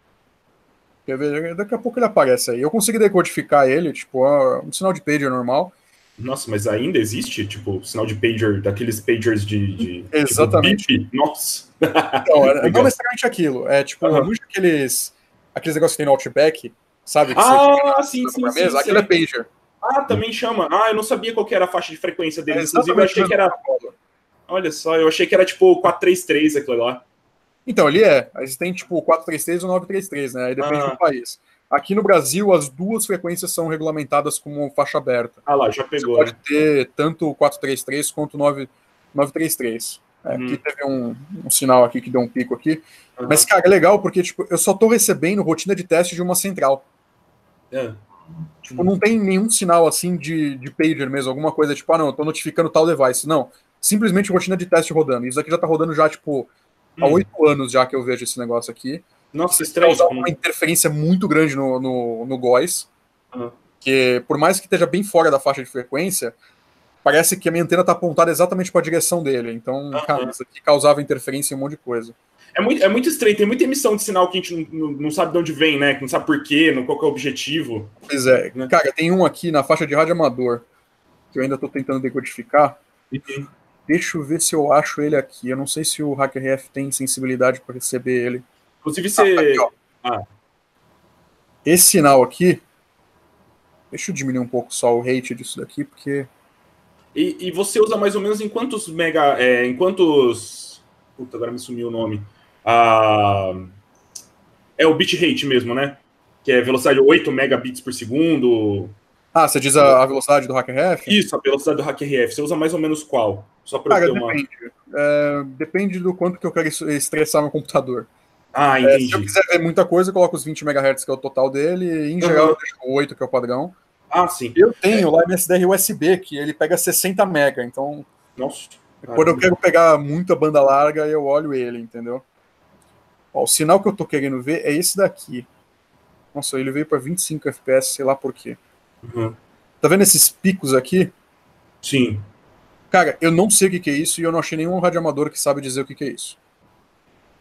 Quer ver? Daqui a pouco ele aparece aí. Eu consegui decodificar ele, tipo, um sinal de pager normal. Nossa, mas ainda existe, tipo, sinal de pager, daqueles pagers de... de Exatamente. Tipo, bip? Nossa. Não, é, não necessariamente aquilo. É, tipo, uhum. muito aqueles, aqueles negócios que tem no Outback, sabe? Que ah, você sim, sim, sim. Aquilo é pager. Ah, também chama. Ah, eu não sabia qual que era a faixa de frequência dele. É, inclusive, eu achei que era... Olha só, eu achei que era tipo quatrocentos e trinta e três aquilo lá. Então, ele é. Aí você tem tipo quatrocentos e trinta e três ou novecentos e trinta e três, né? Aí depende ah. do país. Aqui no Brasil, as duas frequências são regulamentadas como faixa aberta. Ah lá, já pegou. Você pode ter tanto quatrocentos e trinta e três quanto novecentos e trinta e três. É, hum. Aqui teve um, um sinal aqui que deu um pico aqui. Uhum. Mas, cara, é legal porque tipo, eu só tô recebendo rotina de teste de uma central. É. Tipo, não tem nenhum sinal assim de, de pager mesmo, alguma coisa tipo, ah, não, eu tô notificando tal device. Não, simplesmente rotina de teste rodando. Isso aqui já tá rodando já, tipo, há oito hum. anos já que eu vejo esse negócio aqui. Nossa, estranho. Causar uma interferência muito grande no, no, no G O S, uhum. que por mais que esteja bem fora da faixa de frequência, parece que a minha antena tá apontada exatamente para a direção dele. Então, uhum. cara, isso aqui causava interferência em um monte de coisa. É muito, é muito estranho, tem muita emissão de sinal que a gente não, não sabe de onde vem, né? Que não sabe por quê, qual que é o objetivo. Pois é. Né? Cara, tem um aqui na faixa de rádio amador, que eu ainda tô tentando decodificar. Uhum. Deixa eu ver se eu acho ele aqui. Eu não sei se o Hack R F tem sensibilidade para receber ele. Inclusive, você... Ah, tá aqui, ah. Esse sinal aqui... Deixa eu diminuir um pouco só o rate disso daqui, porque... E, e você usa mais ou menos em quantos mega... É, em quantos... Puta, agora me sumiu o nome. Ah, é o bitrate mesmo, né? Que é velocidade oito megabits por segundo. Ah, você diz a, a velocidade do Hack R F? Isso, a velocidade do Hack R F. Você usa mais ou menos qual? Só para Cara, eu ter uma... depende. É, depende do quanto que eu quero estressar meu computador. Ah, entendi. É, se eu quiser ver muita coisa, eu coloco os vinte megahertz, que é o total dele, e em uhum. geral eu deixo o oito, que é o padrão. Ah, sim. Eu tenho é. lá M S D R U S B, que ele pega sessenta mega, então... Nossa. Quando Caramba. eu quero pegar muita banda larga, eu olho ele, entendeu? Ó, o sinal que eu tô querendo ver é esse daqui. Nossa, ele veio para vinte e cinco F P S, sei lá por quê. Uhum. Tá vendo esses picos aqui? Sim. Cara, eu não sei o que, que é isso e eu não achei nenhum radioamador que sabe dizer o que, que é isso.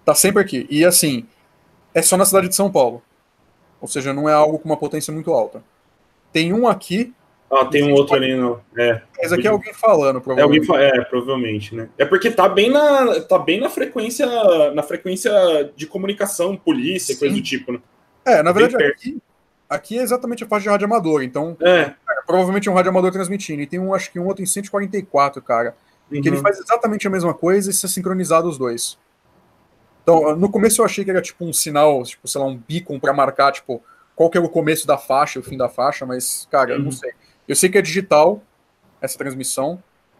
Tá sempre aqui. E assim, é só na cidade de São Paulo. Ou seja, não é algo com uma potência muito alta. Tem um aqui. Ah, tem um outro ali, não. É. Esse aqui é alguém falando, provavelmente. É, alguém, é, provavelmente, né? É porque tá bem na, tá bem na frequência, na frequência de comunicação, polícia, Sim. coisa do tipo, né? É, na verdade, aqui, aqui é exatamente a faixa de rádio amador. Então, é. é, provavelmente é um rádio amador transmitindo. E tem um, acho que um outro em cento e quarenta e quatro, cara. Uhum. Que ele faz exatamente a mesma coisa e se é sincronizado os dois. Então, no começo eu achei que era tipo um sinal, tipo, sei lá, um beacon pra marcar, tipo, qual que é o começo da faixa e o fim da faixa, mas, cara, uhum. eu não sei. Eu sei que é digital, essa transmissão,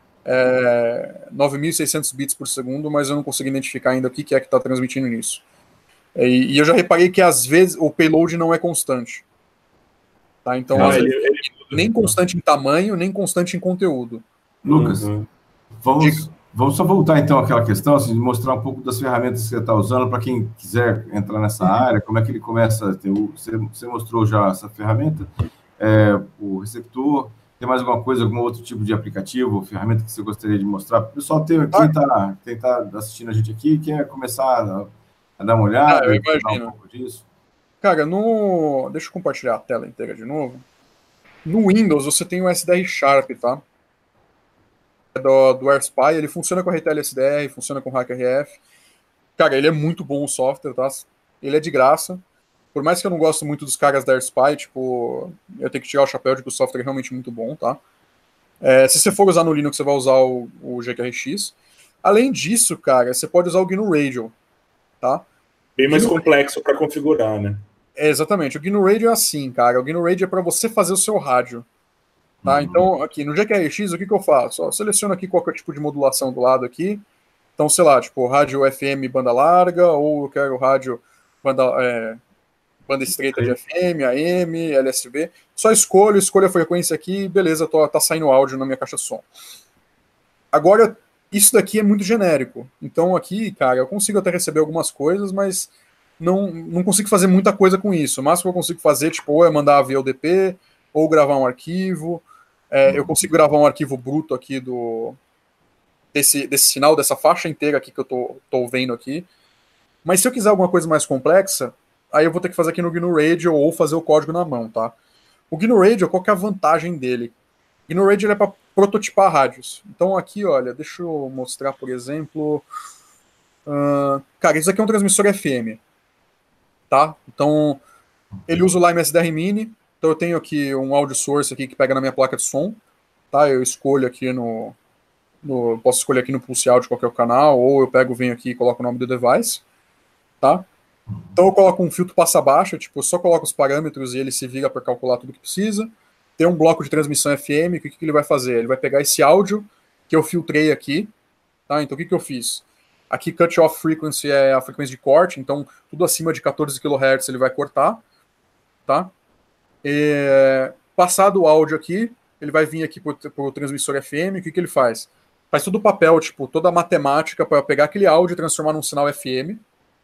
é nove mil e seiscentos bits por segundo, mas eu não consigo identificar ainda o que, que é que está transmitindo nisso. E, e eu já reparei que, às vezes, o payload não é constante. Tá? Então, ah, às ele, vezes, ele... nem constante em tamanho, nem constante em conteúdo. Lucas, uhum. vamos, vamos só voltar, então, àquela questão, assim, de mostrar um pouco das ferramentas que você está usando para quem quiser entrar nessa uhum. área, como é que ele começa a ter o... Você, você mostrou já essa ferramenta? É, o receptor, tem mais alguma coisa, algum outro tipo de aplicativo, ferramenta que você gostaria de mostrar? O pessoal, tem, quem está quem tá assistindo a gente aqui, quer começar a, a dar uma olhada, ah, eu imagino. um pouco disso? Cara, no... deixa eu compartilhar a tela inteira de novo. No Windows, você tem o S D R Sharp, tá? É do, do AirSpy, ele funciona com a R T L S D R, funciona com o HackRF. Cara, ele é muito bom o software, tá? Ele é de graça. Por mais que eu não gosto muito dos caras da AirSpy, tipo, eu tenho que tirar o chapéu de que o software é realmente muito bom, tá? É, se você for usar no Linux, você vai usar o, o G Q R X. Além disso, cara, você pode usar o GNU Radio, tá? Bem mais GNU complexo para configurar, né? É, exatamente. O GNU Radio é assim, cara. O GNU Radio é para você fazer o seu rádio, tá? Uhum. Então, aqui no G Q R X, o que, que eu faço? Ó, seleciono aqui qual que é o tipo de modulação do lado aqui. Então, sei lá, tipo, rádio F M banda larga, ou eu quero rádio banda... É, banda estreita de F M, A M, L S B, só escolho, escolho a frequência aqui, beleza, tô, tá saindo áudio na minha caixa de som. Agora, isso daqui é muito genérico, então aqui, cara, eu consigo até receber algumas coisas, mas não, não consigo fazer muita coisa com isso. O máximo que eu consigo fazer, tipo, ou é mandar via O D P, ou gravar um arquivo, é, eu consigo gravar um arquivo bruto aqui do desse, desse sinal, dessa faixa inteira aqui que eu tô, tô vendo aqui, mas se eu quiser alguma coisa mais complexa, aí eu vou ter que fazer aqui no GNU Radio ou fazer o código na mão, tá? O GNU Radio, qual que é a vantagem dele? O GNU Radio é para prototipar rádios. Então aqui, olha, deixa eu mostrar, por exemplo... Uh, cara, isso aqui é um transmissor F M, tá? Então, ele usa o Lime S D R Mini. Então eu tenho aqui um audio source aqui que pega na minha placa de som, tá? Eu escolho aqui no... no posso escolher aqui no Pulse Audio qual que é o canal, ou eu pego, venho aqui e coloco o nome do device, tá? Então eu coloco um filtro passa-baixa, tipo, eu só coloco os parâmetros e ele se vira para calcular tudo que precisa. Tem um bloco de transmissão F M, o que, que ele vai fazer? Ele vai pegar esse áudio que eu filtrei aqui, tá? Então o que, que eu fiz? Aqui cut-off frequency é a frequência de corte, então tudo acima de quatorze quilohertz ele vai cortar, tá? E, passado o áudio aqui, ele vai vir aqui para o transmissor F M, o que, que ele faz? Faz todo o papel, tipo, toda a matemática para pegar aquele áudio e transformar num sinal F M.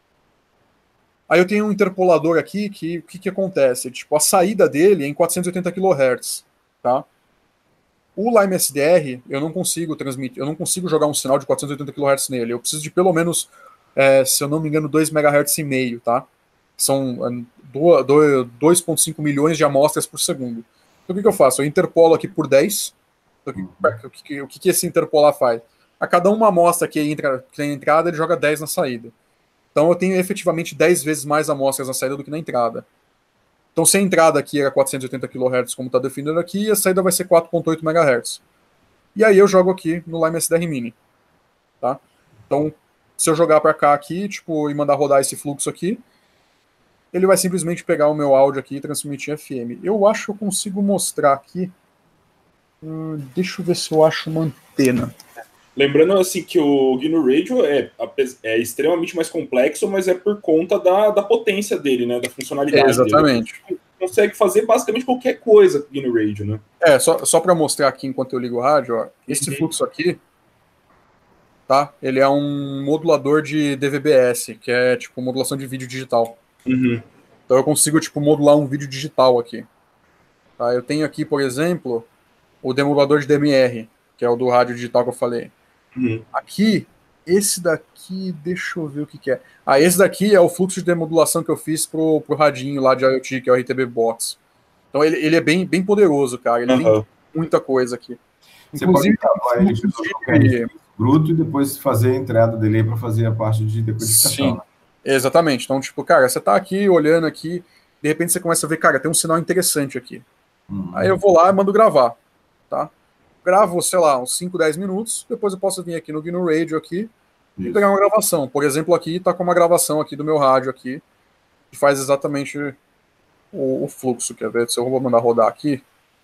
Aí eu tenho um interpolador aqui que o que, que acontece? Tipo, a saída dele é em quatrocentos e oitenta quilohertz, tá? O Lime S D R, eu não consigo transmitir, eu não consigo jogar um sinal de quatrocentos e oitenta quilohertz nele. Eu preciso de pelo menos, é, se eu não me engano, dois megahertz e meio, tá? São dois vírgula cinco milhões de amostras por segundo. Então o que, que eu faço? Eu interpolo aqui por dez. Então, o que, o que, que esse interpolar faz? A cada uma amostra que entra que tem na entrada, ele joga dez na saída. Então eu tenho efetivamente dez vezes mais amostras na saída do que na entrada. Então se a entrada aqui era quatrocentos e oitenta quilohertz, como está definido aqui, a saída vai ser quatro vírgula oito megahertz. E aí eu jogo aqui no Lime S D R Mini. Tá? Então, se eu jogar para cá aqui, tipo, e mandar rodar esse fluxo aqui, ele vai simplesmente pegar o meu áudio aqui e transmitir F M. Eu acho que eu consigo mostrar aqui. Hum, deixa eu ver se eu acho uma antena. Lembrando assim que o GNU Radio é, é extremamente mais complexo, mas é por conta da, da potência dele, né? Da funcionalidade é, exatamente. dele. Exatamente. Consegue fazer basicamente qualquer coisa com o GNU Radio, né? É, só, só para mostrar aqui enquanto eu ligo o rádio, ó, esse uhum. fluxo aqui, tá? Ele é um modulador de D V B S, que é tipo modulação de vídeo digital. Uhum. Então eu consigo tipo modular um vídeo digital aqui. Tá? Eu tenho aqui, por exemplo, o demodulador de D M R, que é o do rádio digital que eu falei. Uhum. Aqui, esse daqui, deixa eu ver o que, que é. Ah, esse daqui é o fluxo de demodulação que eu fiz pro, pro radinho lá de IoT, que é o R T B Box. Então ele, ele é bem, bem poderoso, cara. Ele Uhum. tem muita coisa aqui. Você Inclusive, pode gravar ele de bruto e depois fazer a entrada dele para fazer a parte de decodificação. Sim, né? exatamente. Então, tipo, cara, você tá aqui olhando aqui, de repente você começa a ver, cara, tem um sinal interessante aqui. Uhum. Aí eu vou lá e mando gravar, tá? Gravo, sei lá, uns cinco, dez minutos, depois eu posso vir aqui no Gnu Radio aqui e Isso. pegar uma gravação. Por exemplo, aqui tá com uma gravação aqui do meu rádio aqui, que faz exatamente o, o fluxo. Quer ver? Se eu vou mandar rodar aqui.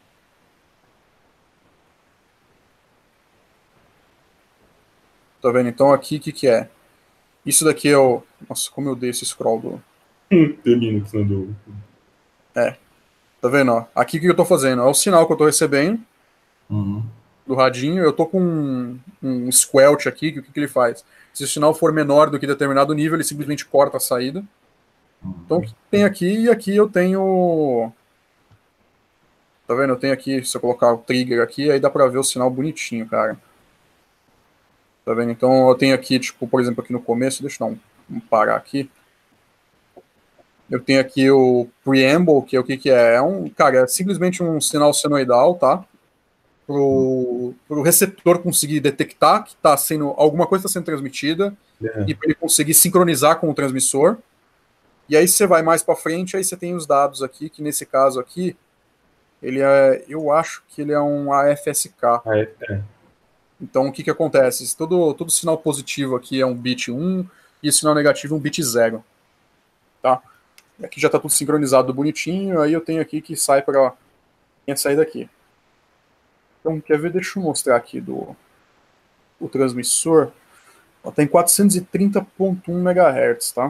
Tá vendo? Então aqui, o que que é? Isso daqui é o... Nossa, como eu dei esse scroll do... Tem Linux, né, do... É. Tá vendo? Ó? Aqui o que eu tô fazendo? É o sinal que eu tô recebendo Uhum. do radinho. Eu tô com um, um squelch aqui, que o que, que ele faz? Se o sinal for menor do que determinado nível, ele simplesmente corta a saída. Então, o que tem aqui, e aqui eu tenho... Tá vendo? Eu tenho aqui, se eu colocar o trigger aqui, aí dá pra ver o sinal bonitinho, cara. Tá vendo? Então, eu tenho aqui, tipo, por exemplo, aqui no começo, deixa eu dar um, um parar aqui. Eu tenho aqui o preamble, que é o que que é? É um, cara, é simplesmente um sinal senoidal, tá? Pro, pro receptor conseguir detectar que tá sendo, alguma coisa está sendo transmitida, É. e para ele conseguir sincronizar com o transmissor. E aí você vai mais para frente, aí você tem os dados aqui, que nesse caso aqui, ele é, eu acho que ele é um A F S K. Ah, é, é. Então o que que acontece? Todo, todo sinal positivo aqui é um bit um, e o sinal negativo é um bit zero. Tá? Aqui já está tudo sincronizado bonitinho, aí eu tenho aqui que sai para sair daqui. Então, quer ver? Deixa eu mostrar aqui do o transmissor. Ó, tem quatrocentos e trinta ponto um megahertz, tá?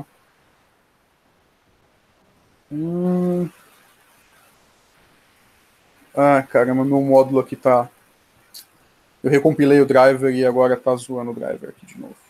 Hum... Ah, caramba, meu módulo aqui tá... Eu recompilei o driver e agora tá zoando o driver aqui de novo.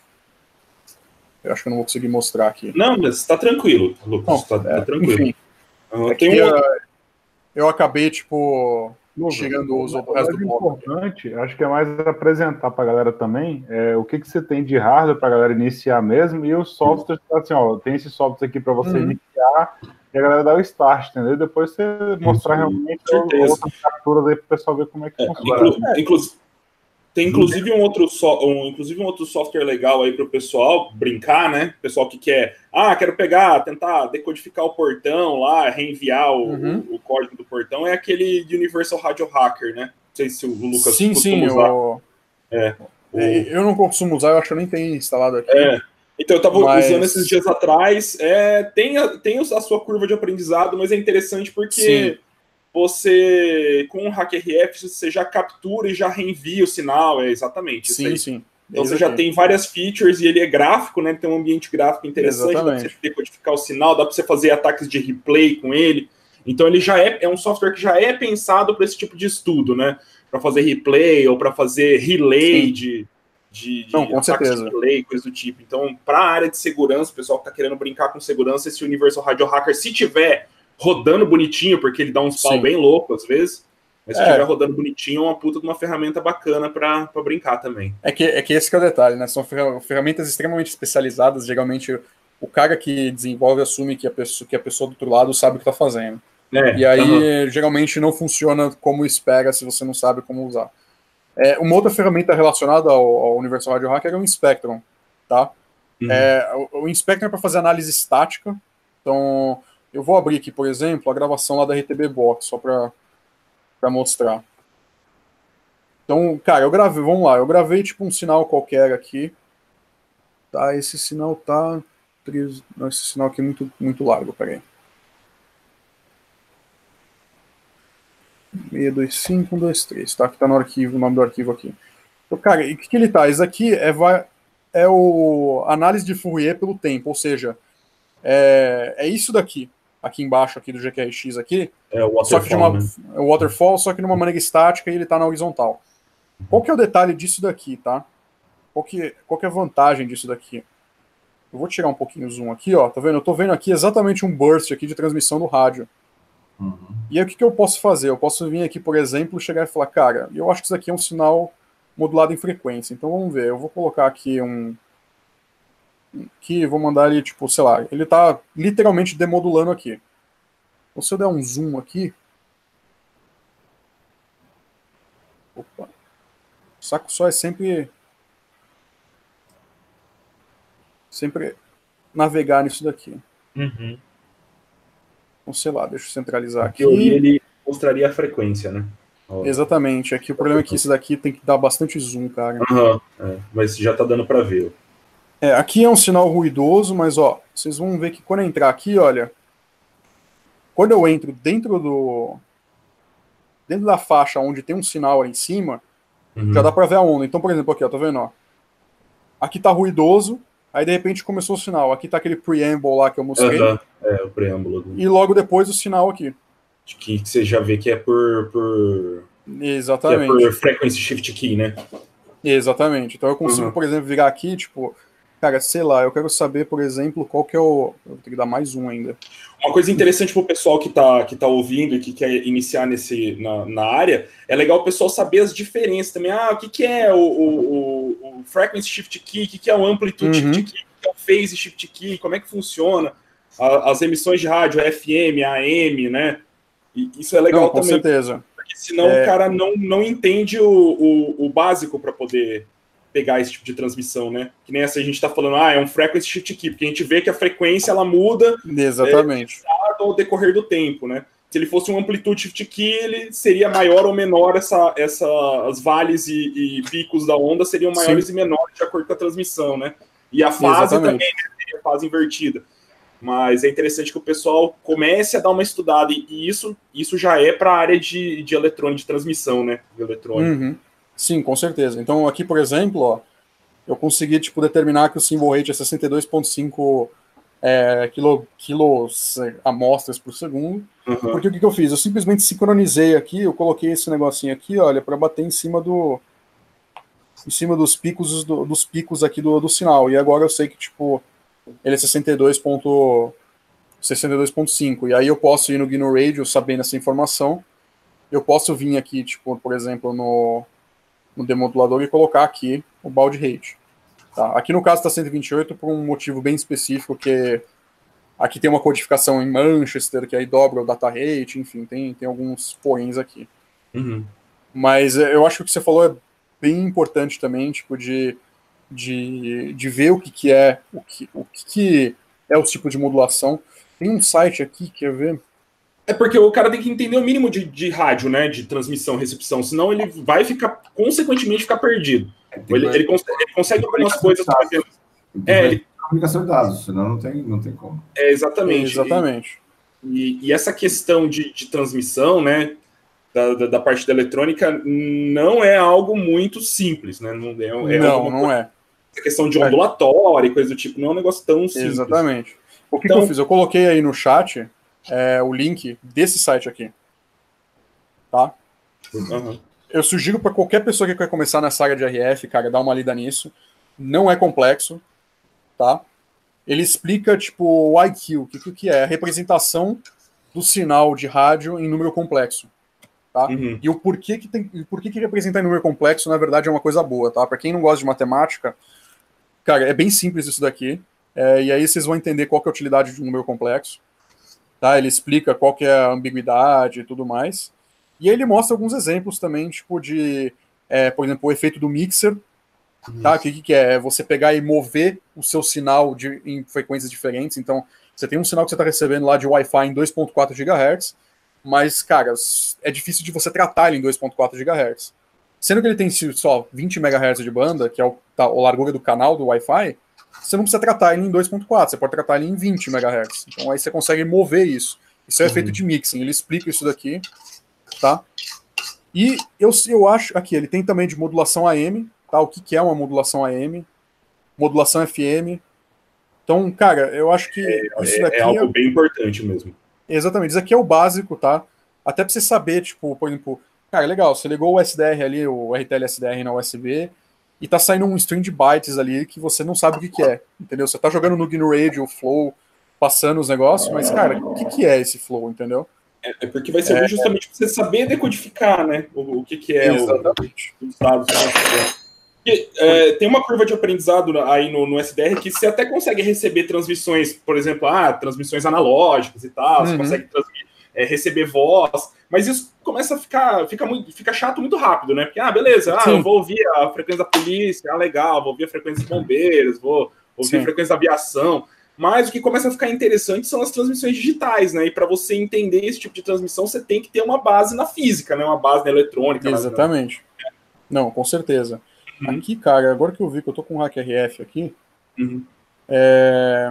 Eu acho que eu não vou conseguir mostrar aqui. Não, mas tá tranquilo, Lucas, Não, tá, é, tá tranquilo. Enfim, Eu é tenho que, um... uh, eu acabei, tipo, Lucas, tirando os o outros resto mais do bloco. importante, acho que é mais apresentar para a galera também é, o que, que você tem de hardware para a galera iniciar mesmo e os softwares, assim, ó, tem esse software aqui para você Uhum. iniciar e a galera dá o start, entendeu? E depois você mostrar aí, realmente com certeza. outras capturas aí para o pessoal ver como é que É, funciona. inclu- inclu- tem inclusive um outro so, um, inclusive um outro software legal aí para o pessoal brincar, né? Pessoal que quer, ah, quero pegar, tentar decodificar o portão lá, reenviar o, Uhum. o, o código do portão, é aquele Universal Radio Hacker, né? Não sei se o Lucas Sim, costuma sim, usar. o... É, o- É, eu não costumo usar, eu acho que eu nem tenho instalado aqui. É. Então, eu estava Mas- usando esses dias atrás. É, tem, a, tem a sua curva de aprendizado, mas é interessante porque Sim. você, com o HackRF, você já captura e já reenvia o sinal. É exatamente isso Sim, aí. sim. Então Eis você já aqui. tem várias features e ele é gráfico, né? Ele tem um ambiente gráfico interessante, dá para Exatamente. você decodificar o sinal, dá para você fazer ataques de replay com ele. Então ele já é, é um software que já é pensado para esse tipo de estudo, né? Para fazer replay ou para fazer relay Sim. de, de, de Não, com ataques certeza. de relay, coisa do tipo. Então, para a área de segurança, o pessoal que está querendo brincar com segurança, esse Universal Radio Hacker, se tiver rodando bonitinho, porque ele dá uns pau Sim. bem louco às vezes, mas se É. estiver rodando bonitinho, é uma puta de uma ferramenta bacana para brincar também. É que, é que esse que é o detalhe, né? São ferra- ferramentas extremamente especializadas. Geralmente, o cara que desenvolve assume que a pessoa, que a pessoa do outro lado sabe o que está fazendo. É, E aí, aham. geralmente, não funciona como espera se você não sabe como usar. É, uma outra ferramenta relacionada ao, ao Universal Radio Hacker é o Inspectron, tá? Uhum. É, o, o Inspectron é para fazer análise estática. Então, eu vou abrir aqui, por exemplo, a gravação lá da R T B Box, só para mostrar. Então, cara, eu gravei, vamos lá, eu gravei tipo um sinal qualquer aqui. Tá, esse sinal tá... três- Não, esse sinal aqui é muito, muito largo, peraí. seis dois cinco um dois três, tá? Que tá no arquivo, o nome do arquivo aqui. Então, cara, e o que, que ele tá? Isso aqui é, vai, é o análise de Fourier pelo tempo, ou seja, é, é isso daqui, aqui embaixo aqui do G Q R X aqui, É o só que de waterfall, uma, né? é o waterfall, só que numa maneira estática e ele tá na horizontal. Qual que é o detalhe disso daqui, tá? Qual que, qual que é a vantagem disso daqui? Eu vou tirar um pouquinho o zoom aqui, ó, tá vendo? Eu tô vendo aqui exatamente um burst aqui de transmissão do rádio. Uhum. E aí o que, que eu posso fazer? Eu posso vir aqui, por exemplo, chegar e falar, cara, eu acho que isso aqui é um sinal modulado em frequência. Então vamos ver, eu vou colocar aqui um, que vou mandar ele, tipo, sei lá, ele tá literalmente demodulando aqui. Então, se eu der um zoom aqui... Opa. O saco só é sempre... Sempre navegar nisso daqui. Uhum. Então, sei lá, deixa eu centralizar aqui. Em teoria, ele mostraria a frequência, né? Exatamente. Aqui o problema é que esse daqui tem que dar bastante zoom, cara. Uhum. É, mas já tá dando para ver. É, aqui é um sinal ruidoso, mas ó, vocês vão ver que quando eu entrar aqui, olha, quando eu entro dentro do dentro da faixa onde tem um sinal aí em cima, uhum. já dá para ver a onda. Então, por exemplo, aqui, ó, tá vendo, ó? Aqui tá ruidoso, aí de repente começou o sinal. Aqui tá aquele preamble lá que eu mostrei. Uhum. É, o preâmbulo. Do... E logo depois o sinal aqui. Que você já vê que é por... por... Exatamente. Que é por frequency shift key, né? Exatamente. Então eu consigo, uhum. por exemplo, virar aqui, tipo... Cara, sei lá, eu quero saber, por exemplo, qual que é o... Eu vou ter que dar mais um ainda. Uma coisa interessante para o pessoal que está que tá ouvindo e que quer iniciar nesse, na, na área, é legal o pessoal saber as diferenças também. Ah, o que, que é o, o, o Frequency Shift Key, o que, que é o Amplitude uhum. Shift Key, o que é o Phase Shift Key, como é que funciona, a, as emissões de rádio, F M, A M, né? E isso é legal não, com também. Com certeza. Porque senão é... o cara não, não entende o, o, o básico para poder... pegar esse tipo de transmissão, né? Que nem essa a gente tá falando, ah, é um frequency shift key, porque a gente vê que a frequência ela muda exatamente é, ao decorrer do tempo, né? Se ele fosse um amplitude shift key, ele seria maior ou menor, essa, essa, as vales e, e picos da onda seriam maiores Sim. e menores de acordo com a transmissão, né? E a fase exatamente. também, né? Seria a fase invertida. Mas é interessante que o pessoal comece a dar uma estudada, e isso, isso já é para a área de, de eletrônica, de transmissão, né? De eletrônica. Uhum. Sim, com certeza. Então aqui, por exemplo, ó, eu consegui tipo, determinar que o symbol rate é sessenta e dois vírgula cinco é, quilo, quilos amostras por segundo. Uhum. Porque o que, que eu fiz? Eu simplesmente sincronizei aqui, eu coloquei esse negocinho aqui, olha, para bater em cima do em cima dos picos do, dos picos aqui do, do sinal. E agora eu sei que tipo ele é sessenta e dois vírgula cinco. E aí eu posso ir no GNU Radio sabendo essa informação. Eu posso vir aqui, tipo, por exemplo, no no demodulador e colocar aqui o baud rate. Tá? Aqui no caso está cento e vinte e oito por um motivo bem específico, que aqui tem uma codificação em Manchester, que aí dobra o data rate, enfim, tem, tem alguns poréns aqui. Uhum. Mas eu acho que o que você falou é bem importante também, tipo, de, de, de ver o que, que é, o que, o que, que é o tipo de modulação. Tem um site aqui, quer ver? É porque o cara tem que entender o mínimo de, de rádio, né? De transmissão, recepção, senão ele vai ficar, consequentemente, ficar perdido. Ele, ele, consegue, ele consegue algumas coisas. Por exemplo, é, ele... comunicação de dados, senão não tem, não tem como. É, exatamente. É, exatamente. E, e essa questão de, de transmissão, né? Da, da, da parte da eletrônica, não é algo muito simples, né? Não, é, é não, não é. Essa questão de ondulatória e coisa do tipo, não é um negócio tão simples. Exatamente. O que, então, que eu fiz? Eu coloquei aí no chat. É, o link desse site aqui, tá? Uhum. Eu sugiro para qualquer pessoa que quer começar nessa área de R F, cara, dar uma lida nisso. Não é complexo, tá? Ele explica, tipo, o I Q, o que, que é? A representação do sinal de rádio em número complexo, tá? Uhum. E o porquê que tem, por que que representar em número complexo, na verdade, é uma coisa boa, tá? Para quem não gosta de matemática, cara, é bem simples isso daqui, é, e aí vocês vão entender qual que é a utilidade de um número complexo. Tá, ele explica qual que é a ambiguidade e tudo mais. E aí ele mostra alguns exemplos também, tipo de, é, por exemplo, o efeito do mixer. Tá? O que, que é? Você pegar e mover o seu sinal de, em frequências diferentes. Então, você tem um sinal que você está recebendo lá de Wi-Fi em dois ponto quatro gigahertz, mas, cara, é difícil de você tratar ele em dois ponto quatro gigahertz. Sendo que ele tem só vinte megahertz de banda, que é o, tá, a largura do canal do Wi-Fi, você não precisa tratar ele em dois ponto quatro, você pode tratar ele em vinte megahertz. Então aí você consegue mover isso. Isso é o efeito de mixing, ele explica isso daqui, tá? E eu, eu acho, aqui, ele tem também de modulação A M, tá? O que, que é uma modulação A M? Modulação F M. Então, cara, eu acho que é, isso daqui... É algo é... bem importante mesmo. Exatamente, isso aqui é o básico, tá? Até pra você saber, tipo, por exemplo, cara, legal, você ligou o S D R ali, o R T L S D R na U S B, e tá saindo um string de bytes ali que você não sabe o que, que é, entendeu? Você tá jogando no GNU Radio, o Flow, passando os negócios, mas, cara, o que, que é esse Flow, entendeu? É, é porque vai servir é, justamente para você saber decodificar, né? O, o que, que é exatamente. o, os dados. Porque, é, tem uma curva de aprendizado aí no, no S D R que você até consegue receber transmissões, por exemplo, ah, transmissões analógicas e tal, uhum. Você consegue é, receber voz, mas isso começa a ficar fica, muito, fica chato muito rápido, né? Porque, ah, beleza, ah, eu vou ouvir a frequência da polícia, ah, legal, vou ouvir a frequência dos bombeiros, vou ouvir Sim. a frequência da aviação, mas o que começa a ficar interessante são as transmissões digitais, né? E para você entender esse tipo de transmissão, você tem que ter uma base na física, né? Uma base na eletrônica. Exatamente. Na... Não, com certeza. Uhum. Aqui, cara, agora que eu vi que eu tô com o Hack R F aqui, uhum. é...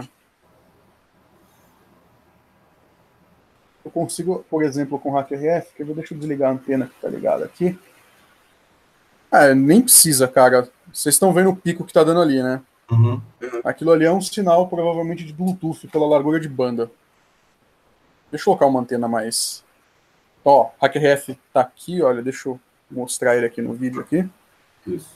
eu consigo, por exemplo, com o Hack R F, que eu deixa eu desligar a antena que tá ligada aqui. Ah, nem precisa, cara. Vocês estão vendo o pico que tá dando ali, né? Uhum. Aquilo ali é um sinal, provavelmente, de Bluetooth pela largura de banda. Deixa eu colocar uma antena mais... Ó, Hack R F tá aqui, olha, deixa eu mostrar ele aqui no vídeo aqui. Isso.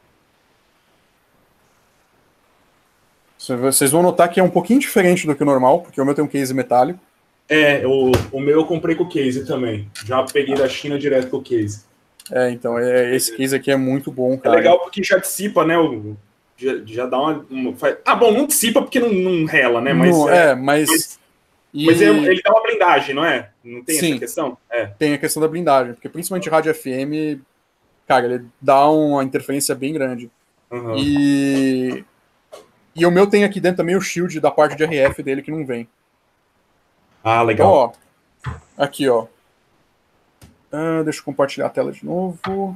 Vocês vão notar que é um pouquinho diferente do que o normal, porque o meu tem um case metálico. É, o, o meu eu comprei com o case também. Já peguei da China direto com o case. É, então, é, esse case aqui é muito bom, cara. É legal porque já dissipa, né? O, já, já dá uma, uma... Ah, bom, não dissipa porque não, não rela, né? Mas, não, é, é, mas... Mas, e... mas é, ele dá uma blindagem, não é? Não tem Sim, essa questão? É. Tem a questão da blindagem, porque principalmente rádio F M, cara, ele dá uma interferência bem grande. Uhum. E... E o meu tem aqui dentro também o shield da parte de R F dele que não vem. Ah, legal. Então, ó, aqui, ó. Ah, deixa eu compartilhar a tela de novo.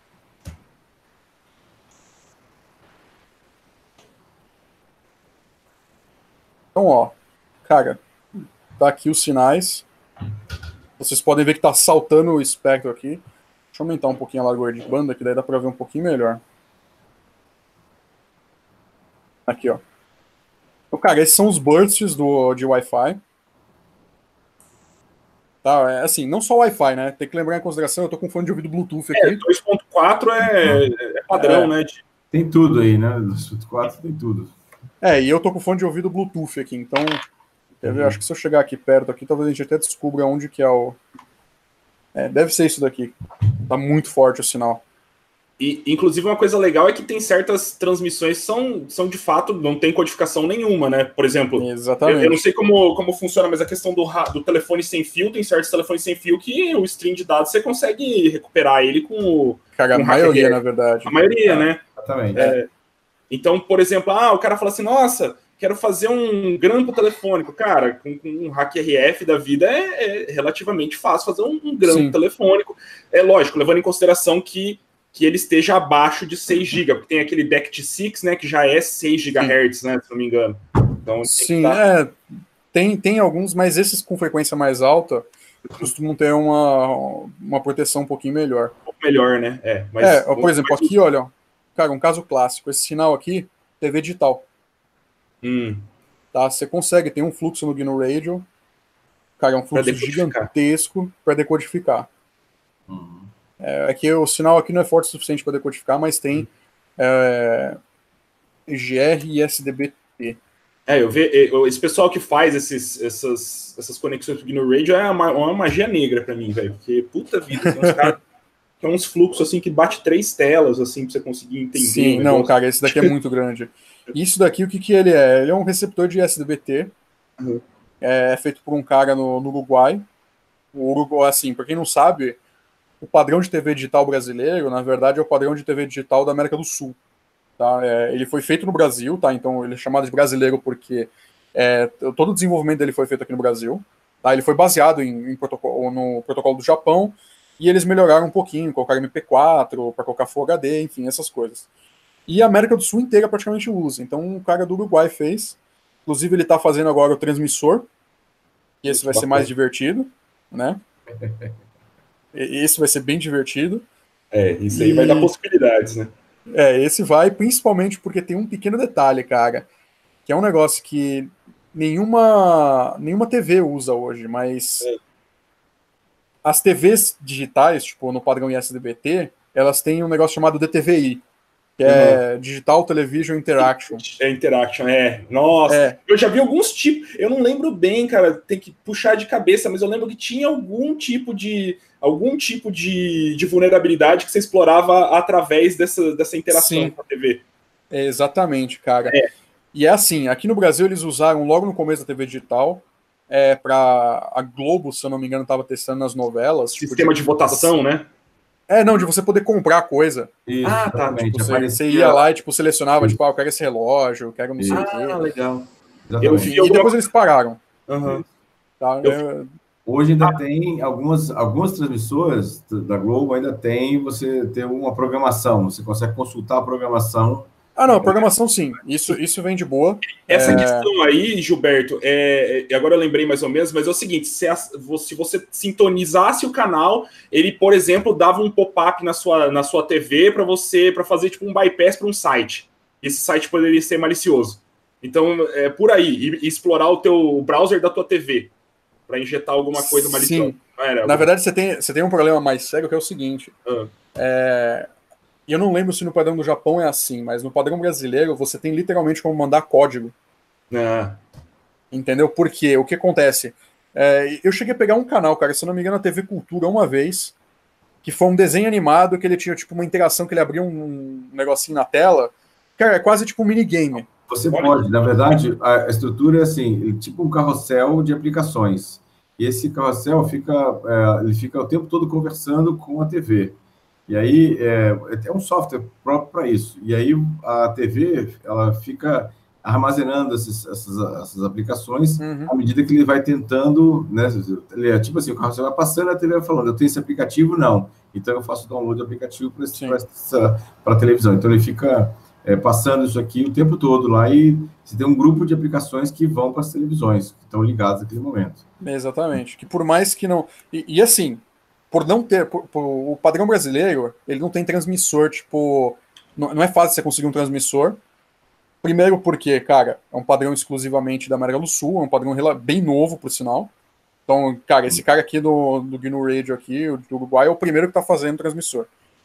Então, ó, cara, tá aqui os sinais. Vocês podem ver que tá saltando o espectro aqui. Deixa eu aumentar um pouquinho a largura de banda, que daí dá pra ver um pouquinho melhor. Aqui, ó. Então, cara, esses são os bursts do, de Wi-Fi. Tá, é assim, não só Wi-Fi, né? Tem que lembrar em consideração, eu tô com fone de ouvido Bluetooth aqui. É, dois ponto quatro é, é padrão, é. né? De... Tem tudo aí, né? dois ponto quatro tem tudo. É, e eu tô com fone de ouvido Bluetooth aqui, então... Quer ver? Uhum. Acho que se eu chegar aqui perto, aqui, talvez a gente até descubra onde que é o... É, deve ser isso daqui. Tá muito forte o sinal. E, inclusive, uma coisa legal é que tem certas transmissões que são, são de fato, não tem codificação nenhuma, né? Por exemplo, Exatamente. Eu, eu não sei como, como funciona, mas a questão do, do telefone sem fio, tem certos telefones sem fio que o stream de dados você consegue recuperar ele com o... Cara, com a maioria, na verdade. A maioria, é, né? Exatamente. É, então, por exemplo, ah, o cara fala assim, nossa, quero fazer um grampo telefônico. Cara, com, com um hack R F da vida é, é relativamente fácil fazer um, um grampo Sim. telefônico. É lógico, levando em consideração que que ele esteja abaixo de seis gigabytes, porque tem aquele B A C T seis, né, que já é seis gigahertz, né, se não me engano. Então, Sim, tem, é, tem, tem alguns, mas esses com frequência mais alta costumam ter uma, uma proteção um pouquinho melhor. Um pouco melhor, né? É, mas, é por exemplo, mas... aqui, olha, cara, um caso clássico, esse sinal aqui, T V digital. Hum. Tá, você consegue, tem um fluxo no GNU Radio, cara, é um fluxo gigantesco para decodificar. Uhum. É que o sinal aqui não é forte o suficiente para decodificar, mas tem é, E G R e S D B T. É, eu vejo esse pessoal que faz esses, essas, essas conexões com o radio é uma, uma magia negra para mim, velho. Porque, puta vida, tem uns caras que é uns fluxos assim que bate três telas, assim, para você conseguir entender. Sim, não, cara, esse daqui é muito grande. Isso daqui, o que, que ele é? Ele é um receptor de S D B T. Uhum. É feito por um cara no, no Uruguai. O Uruguai, assim, para quem não sabe, o padrão de T V digital brasileiro, na verdade, é o padrão de T V digital da América do Sul. Tá? É, ele foi feito no Brasil, tá? Então ele é chamado de brasileiro porque é, todo o desenvolvimento dele foi feito aqui no Brasil. Tá? Ele foi baseado em, em protocolo, no protocolo do Japão e eles melhoraram um pouquinho, colocaram M P quatro para colocar Full H D, enfim, essas coisas. E a América do Sul inteira praticamente usa. Então o cara do Uruguai fez. Inclusive ele está fazendo agora o transmissor, e esse vai ser mais divertido, né? Esse vai ser bem divertido. É, isso aí e... vai dar possibilidades, né? É, esse vai, principalmente porque tem um pequeno detalhe, cara, que é um negócio que nenhuma, nenhuma T V usa hoje, mas é. As T Vs digitais, tipo, no padrão I S D B T, elas têm um negócio chamado D T V I, que é Digital Television Interaction. É Interaction, é. Nossa, é. Eu já vi alguns tipos, eu não lembro bem, cara, tem que puxar de cabeça, mas eu lembro que tinha algum tipo de algum tipo de, de vulnerabilidade que você explorava através dessa, dessa interação Sim. com a T V. É, exatamente, cara. É. E é assim, aqui no Brasil eles usaram logo no começo da T V digital, é, para a Globo, se eu não me engano, estava testando nas novelas. Sistema tipo, de, de votação, né? É, não, de você poder comprar coisa. Isso, ah, tá. Tipo, você, você ia lá e tipo, selecionava, Isso. tipo, ah, eu quero esse relógio, eu quero não sei o quê. Ah, legal. Eu, e depois eles pararam. Uhum. Tá? Eu... Hoje ainda ah. tem algumas, algumas transmissoras da Globo, ainda tem você ter uma programação, você consegue consultar a programação. Ah, não, programação sim, isso, isso vem de boa. Essa é... questão aí, Gilberto, é, é, agora eu lembrei mais ou menos, mas é o seguinte, se, a, se você sintonizasse o canal, ele, por exemplo, dava um pop-up na sua, na sua T V para você, para fazer tipo um bypass para um site. Esse site poderia ser malicioso. Então, é por aí, e, e explorar o teu o browser da tua T V, para injetar alguma coisa maliciosa. Sim, era, na verdade você tem, você tem um problema mais sério que é o seguinte, ah. é... E eu não lembro se no padrão do Japão é assim, mas no padrão brasileiro você tem literalmente como mandar código. É. Entendeu? Porque o que acontece? É, eu cheguei a pegar um canal, cara, se eu não me engano, na T V Cultura uma vez, que foi um desenho animado que ele tinha tipo uma interação que ele abria um negocinho na tela. Cara, é quase tipo um minigame. Você pode, na verdade, a estrutura é assim, tipo um carrossel de aplicações. E esse carrossel fica, é, ele fica o tempo todo conversando com a T V. E aí, é, é um software próprio para isso. E aí, a T V, ela fica armazenando esses, essas, essas aplicações uhum. à medida que ele vai tentando, né? Ele é, tipo assim, o carrossel vai passando, a T V vai falando, eu tenho esse aplicativo? Não. Então, eu faço download do aplicativo para a televisão. Então, ele fica é, passando isso aqui o tempo todo lá e você tem um grupo de aplicações que vão para as televisões, que estão ligadas naquele momento. Exatamente. Que por mais que não... E, e assim... Por não ter, por, por, o padrão brasileiro, ele não tem transmissor, tipo, não, não é fácil você conseguir um transmissor. Primeiro porque, cara, é um padrão exclusivamente da América do Sul, é um padrão bem novo, por sinal. Então, cara, esse cara aqui do, do Gnu Radio aqui, do Uruguai, é o primeiro que tá fazendo transmissor.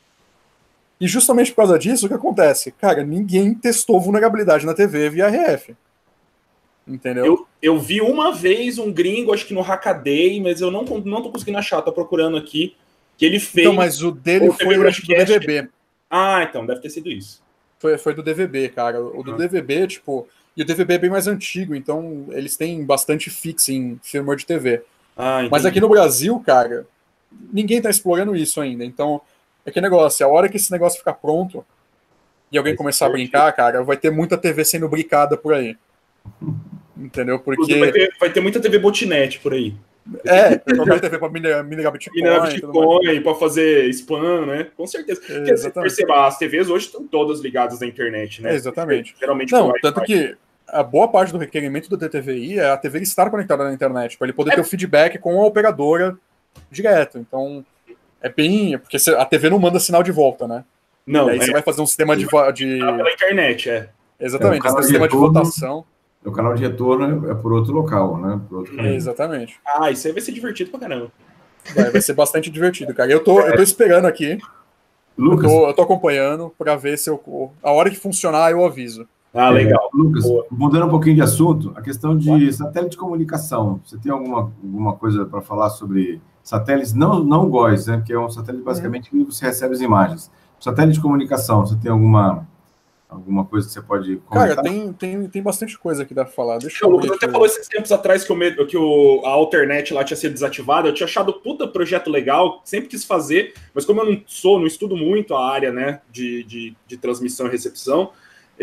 E justamente por causa disso, o que acontece? Cara, ninguém testou vulnerabilidade na T V via R F. Entendeu? Eu, eu vi uma vez um gringo, acho que no Hackaday, mas eu não, não tô conseguindo achar, tô procurando aqui, que ele fez... Então, mas o dele o foi, acho que do D V B. Ah, então, deve ter sido isso. Foi, foi do D V B, cara. O do ah. D V B, tipo... E o D V B é bem mais antigo, então eles têm bastante fixing firmware de T V. Ah, mas aqui no Brasil, cara, ninguém tá explorando isso ainda. Então, é que negócio, a hora que esse negócio ficar pronto e alguém começar a brincar, cara, vai ter muita T V sendo brincada por aí. Entendeu? Porque... Vai ter, vai ter muita T V botnet por aí. É, trocar T V para minerar, minerar Bitcoin. Minerar Bitcoin, para fazer spam, né? Com certeza. É, porque você perceba, as T Vs hoje estão todas ligadas na internet, né? É, exatamente. Geralmente Não, tanto que a boa parte do requerimento do T T V I é a T V estar conectada na internet, para ele poder é. ter o feedback com a operadora direto. Então, é bem... Porque a T V não manda sinal de volta, né? Não, e aí é. você vai fazer um sistema de... de... pela internet, é. Exatamente, é, um sistema de votação... O canal de retorno é por outro local, né? Por outro é, exatamente. Ah, isso aí vai ser divertido pra caramba. Vai, vai ser bastante divertido, cara. Eu tô, é. eu tô esperando aqui. Lucas, eu, tô, eu tô acompanhando pra ver se eu... A hora que funcionar, eu aviso. Ah, legal. É, Lucas, Boa. mudando um pouquinho de assunto, a questão de Pode. satélite de comunicação. Você tem alguma, alguma coisa para falar sobre satélites? Não, não G O E S, né? Porque é um satélite basicamente que você recebe as imagens. Satélite de comunicação, você tem alguma... Alguma coisa que você pode comentar? Cara, tem, tem, tem bastante coisa que dá pra falar. Deixa eu eu ver. Você até falou esses tempos atrás que, o, que o, a Alternet lá tinha sido desativada. Eu tinha achado puta projeto legal, sempre quis fazer, mas como eu não sou, não estudo muito a área, né, de, de, de transmissão e recepção,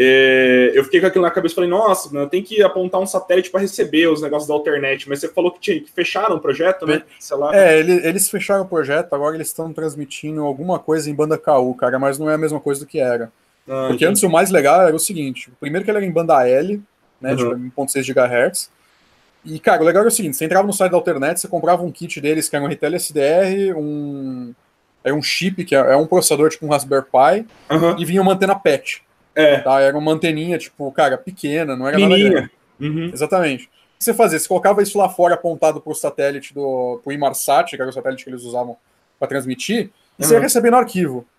é, eu fiquei com aquilo na cabeça e falei, nossa, eu tenho que apontar um satélite para receber os negócios da Alternet, mas você falou que, tinha, que fecharam o projeto, né? Sei lá. É, eles, eles fecharam o projeto, agora eles estão transmitindo alguma coisa em banda K U, cara, mas não é a mesma coisa do que era. Ah, Porque entendi. antes o mais legal era o seguinte, primeiro que ele era em banda L, né, uhum. tipo, um ponto seis gigahertz, e, cara, o legal era o seguinte, você entrava no site da Alternet, você comprava um kit deles, que era um R T L S D R, um, era um chip, que é um processador, tipo um Raspberry Pi, uhum. e vinha uma antena P E T. É. Tá? Era uma anteninha, tipo, cara, pequena, não era Pequeninha. nada grande. Uhum. Exatamente. O que você fazia? Você colocava isso lá fora, apontado pro satélite, do, pro Inmarsat, que era o satélite que eles usavam para transmitir, e uhum. você ia receber no arquivo.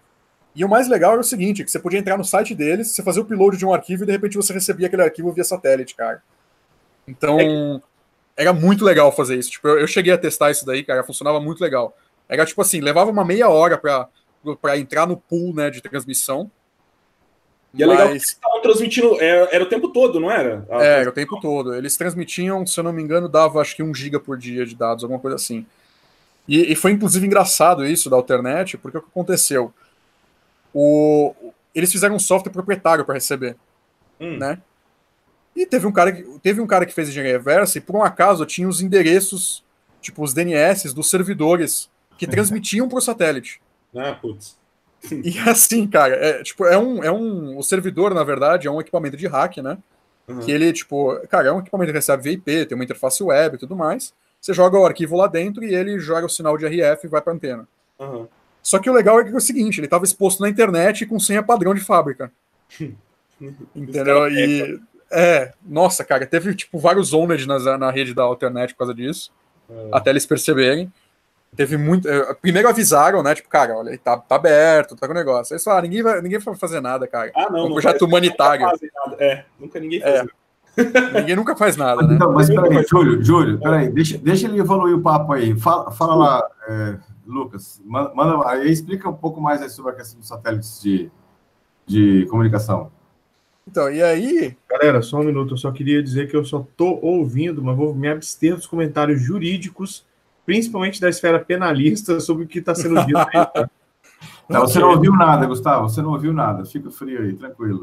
E o mais legal era o seguinte, que você podia entrar no site deles, você fazia o upload de um arquivo e de repente você recebia aquele arquivo via satélite, cara. Então, era muito legal fazer isso. Tipo, eu, eu cheguei a testar isso daí, cara, funcionava muito legal. Era tipo assim, levava uma meia hora pra, pra entrar no pool, né, de transmissão. E é legal que eles estavam transmitindo, era, era o tempo todo, não era? A é, era o tempo todo. Eles transmitiam, se eu não me engano, dava acho que um giga por dia de dados, alguma coisa assim. E, e foi inclusive engraçado isso da Alternet, porque o que aconteceu? O, eles fizeram um software proprietário para receber, hum. né? E teve um, cara que, teve um cara que fez engenharia reversa e por um acaso tinha os endereços, tipo os D N S dos servidores que transmitiam para o satélite. Ah, putz. E assim, cara, é, tipo, é um, é um. O servidor, na verdade, é um equipamento de hack, né? Uhum. Que ele, tipo, cara, é um equipamento que recebe via I P, tem uma interface web e tudo mais. Você joga o arquivo lá dentro e ele joga o sinal de R F e vai pra antena. Uhum. Só que o legal é que é o seguinte, ele estava exposto na internet com senha padrão de fábrica. Entendeu? E. É, nossa, cara, teve, tipo, vários owners na, na rede da Alternet por causa disso. Uhum. Até eles perceberem. Teve muito. Primeiro avisaram, né? Tipo, cara, olha, tá, tá aberto, tá com o negócio. Aí eles falaram, ninguém vai, ninguém vai fazer nada, cara. Ah, não. É um projeto humanitário. Nunca é, nunca ninguém faz é. Ninguém nunca faz nada, né? Então, mas peraí, Júlio, Júlio, peraí, deixa, deixa ele evoluir o papo aí. Fala, fala lá, é, Lucas, manda, manda aí, explica um pouco mais aí sobre a questão dos satélites de, de comunicação. Então, e aí... Galera, só um minuto, eu só queria dizer que eu só tô ouvindo, mas vou me abster dos comentários jurídicos, principalmente da esfera penalista, sobre o que está sendo dito aí. Tá? Não, você não ouviu nada, Gustavo, você não ouviu nada, fica frio aí, tranquilo.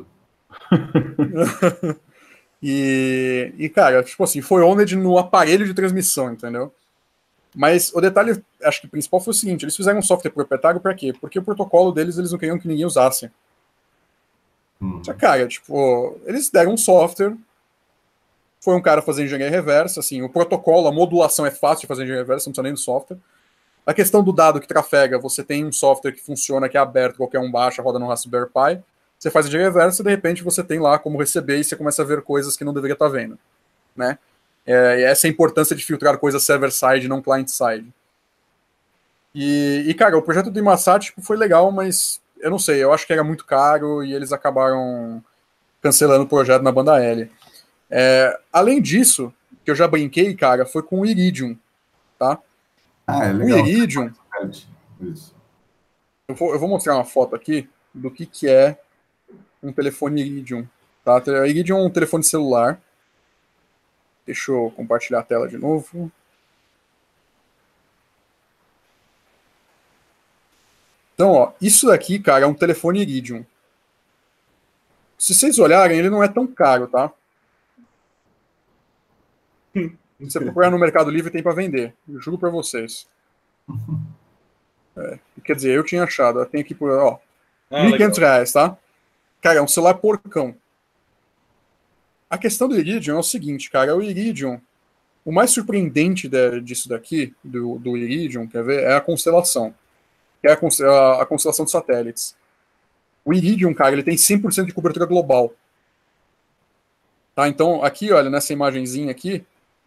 e, e, cara, tipo assim, foi owned no aparelho de transmissão, entendeu? Mas o detalhe, acho que o principal foi o seguinte, eles fizeram um software proprietário para quê? Porque o protocolo deles, eles não queriam que ninguém usasse. Hum. Só, cara, tipo, eles deram um software, foi um cara fazer engenharia reversa, assim, o protocolo, a modulação é fácil de fazer engenharia reversa, não precisa nem do software. A questão do dado que trafega, você tem um software que funciona, que é aberto, qualquer um baixa, roda no Raspberry Pi, você faz engenharia reversa e de repente você tem lá como receber e você começa a ver coisas que não deveria estar vendo, né? É, essa é a importância de filtrar coisas server-side, não client-side. E, e, cara, o projeto do Inmarsat tipo, foi legal, mas eu não sei, eu acho que era muito caro e eles acabaram cancelando o projeto na banda L. É, além disso, que eu já brinquei, cara, foi com o Iridium, tá? Ah, é legal. O Iridium... Isso. Eu, vou, eu vou mostrar uma foto aqui do que, que é um telefone Iridium, tá? O Iridium é um telefone celular. Deixa eu compartilhar a tela de novo. Então, ó, isso daqui, cara, é um telefone Iridium. Se vocês olharem, ele não é tão caro, tá? Se você procurar no Mercado Livre, tem para vender. Eu juro para vocês. É, quer dizer, eu tinha achado. Tem aqui por, ó, ah, mil e quinhentos reais, tá? Cara, é um celular porcão. A questão do Iridium é o seguinte, cara. O Iridium, o mais surpreendente de, disso daqui, do, do Iridium, quer ver, é a constelação. Que é a, a constelação de satélites. O Iridium, cara, ele tem cem por cento de cobertura global. Tá? Então, aqui, olha, nessa imagenzinha aqui,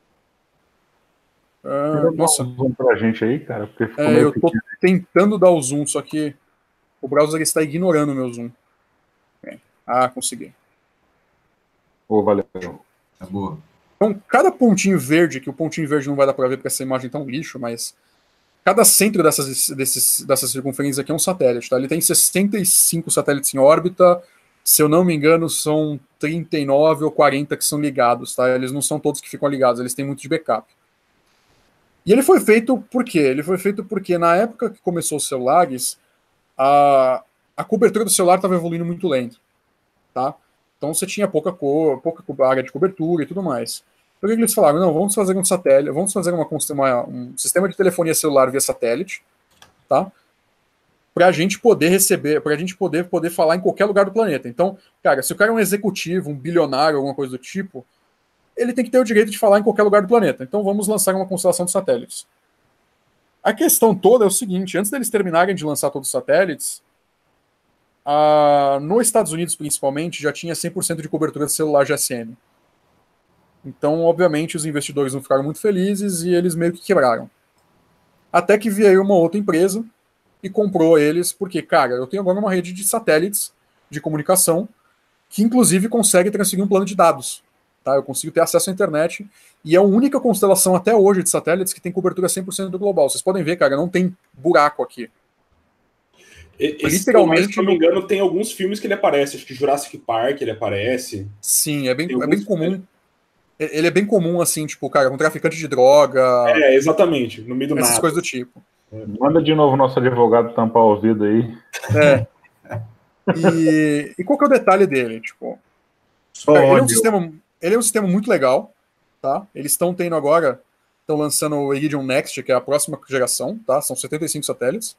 Uh, nossa, um zoom pra gente aí, cara, porque ficou é, meio eu tô pequeno. tentando dar o zoom, só que o browser está ignorando o meu zoom. É. Ah, consegui. Oh, valeu. Tá boa. Então, cada pontinho verde, que o pontinho verde não vai dar para ver porque essa imagem tá um lixo, mas cada centro dessas, desses, dessas circunferências aqui é um satélite, tá? Ele tem sessenta e cinco satélites em órbita, se eu não me engano, são trinta e nove ou quarenta que são ligados, tá? Eles não são todos que ficam ligados, eles têm muito de backup. E ele foi feito por quê? Ele foi feito porque na época que começou os celulares, a, a cobertura do celular estava evoluindo muito lento, tá? Então você tinha pouca cor, pouca área de cobertura e tudo mais. Por que eles falaram? Não, vamos fazer um satélite, vamos fazer uma, uma, um sistema de telefonia celular via satélite, tá? Para a gente poder receber, para a gente poder, poder falar em qualquer lugar do planeta. Então, cara, se o cara é um executivo, um bilionário, alguma coisa do tipo, ele tem que ter o direito de falar em qualquer lugar do planeta. Então vamos lançar uma constelação de satélites. A questão toda é o seguinte, antes deles terminarem de lançar todos os satélites, a, nos Estados Unidos principalmente, já tinha cem por cento de cobertura de celular G S M. Então, obviamente, os investidores não ficaram muito felizes e eles meio que quebraram. Até que veio uma outra empresa, e comprou eles porque, cara, eu tenho agora uma rede de satélites de comunicação que, inclusive, consegue transferir um plano de dados. Tá? Eu consigo ter acesso à internet e é a única constelação até hoje de satélites que tem cobertura cem por cento do global. Vocês podem ver, cara, não tem buraco aqui. Esse, literalmente, se não me engano, tem alguns filmes que ele aparece. Acho que Jurassic Park ele aparece. Sim, é bem, é bem comum. Ele é bem comum, assim, tipo, cara, um traficante de droga. É, exatamente, no meio do nada. Essas coisas do tipo. É, manda de novo nosso advogado tampar o ouvido aí. É. E, e qual que é o detalhe dele? Tipo, cara, ele, é um sistema, ele é um sistema muito legal, tá? Eles estão tendo agora, estão lançando o Iridium Next, que é a próxima geração, tá? São setenta e cinco satélites.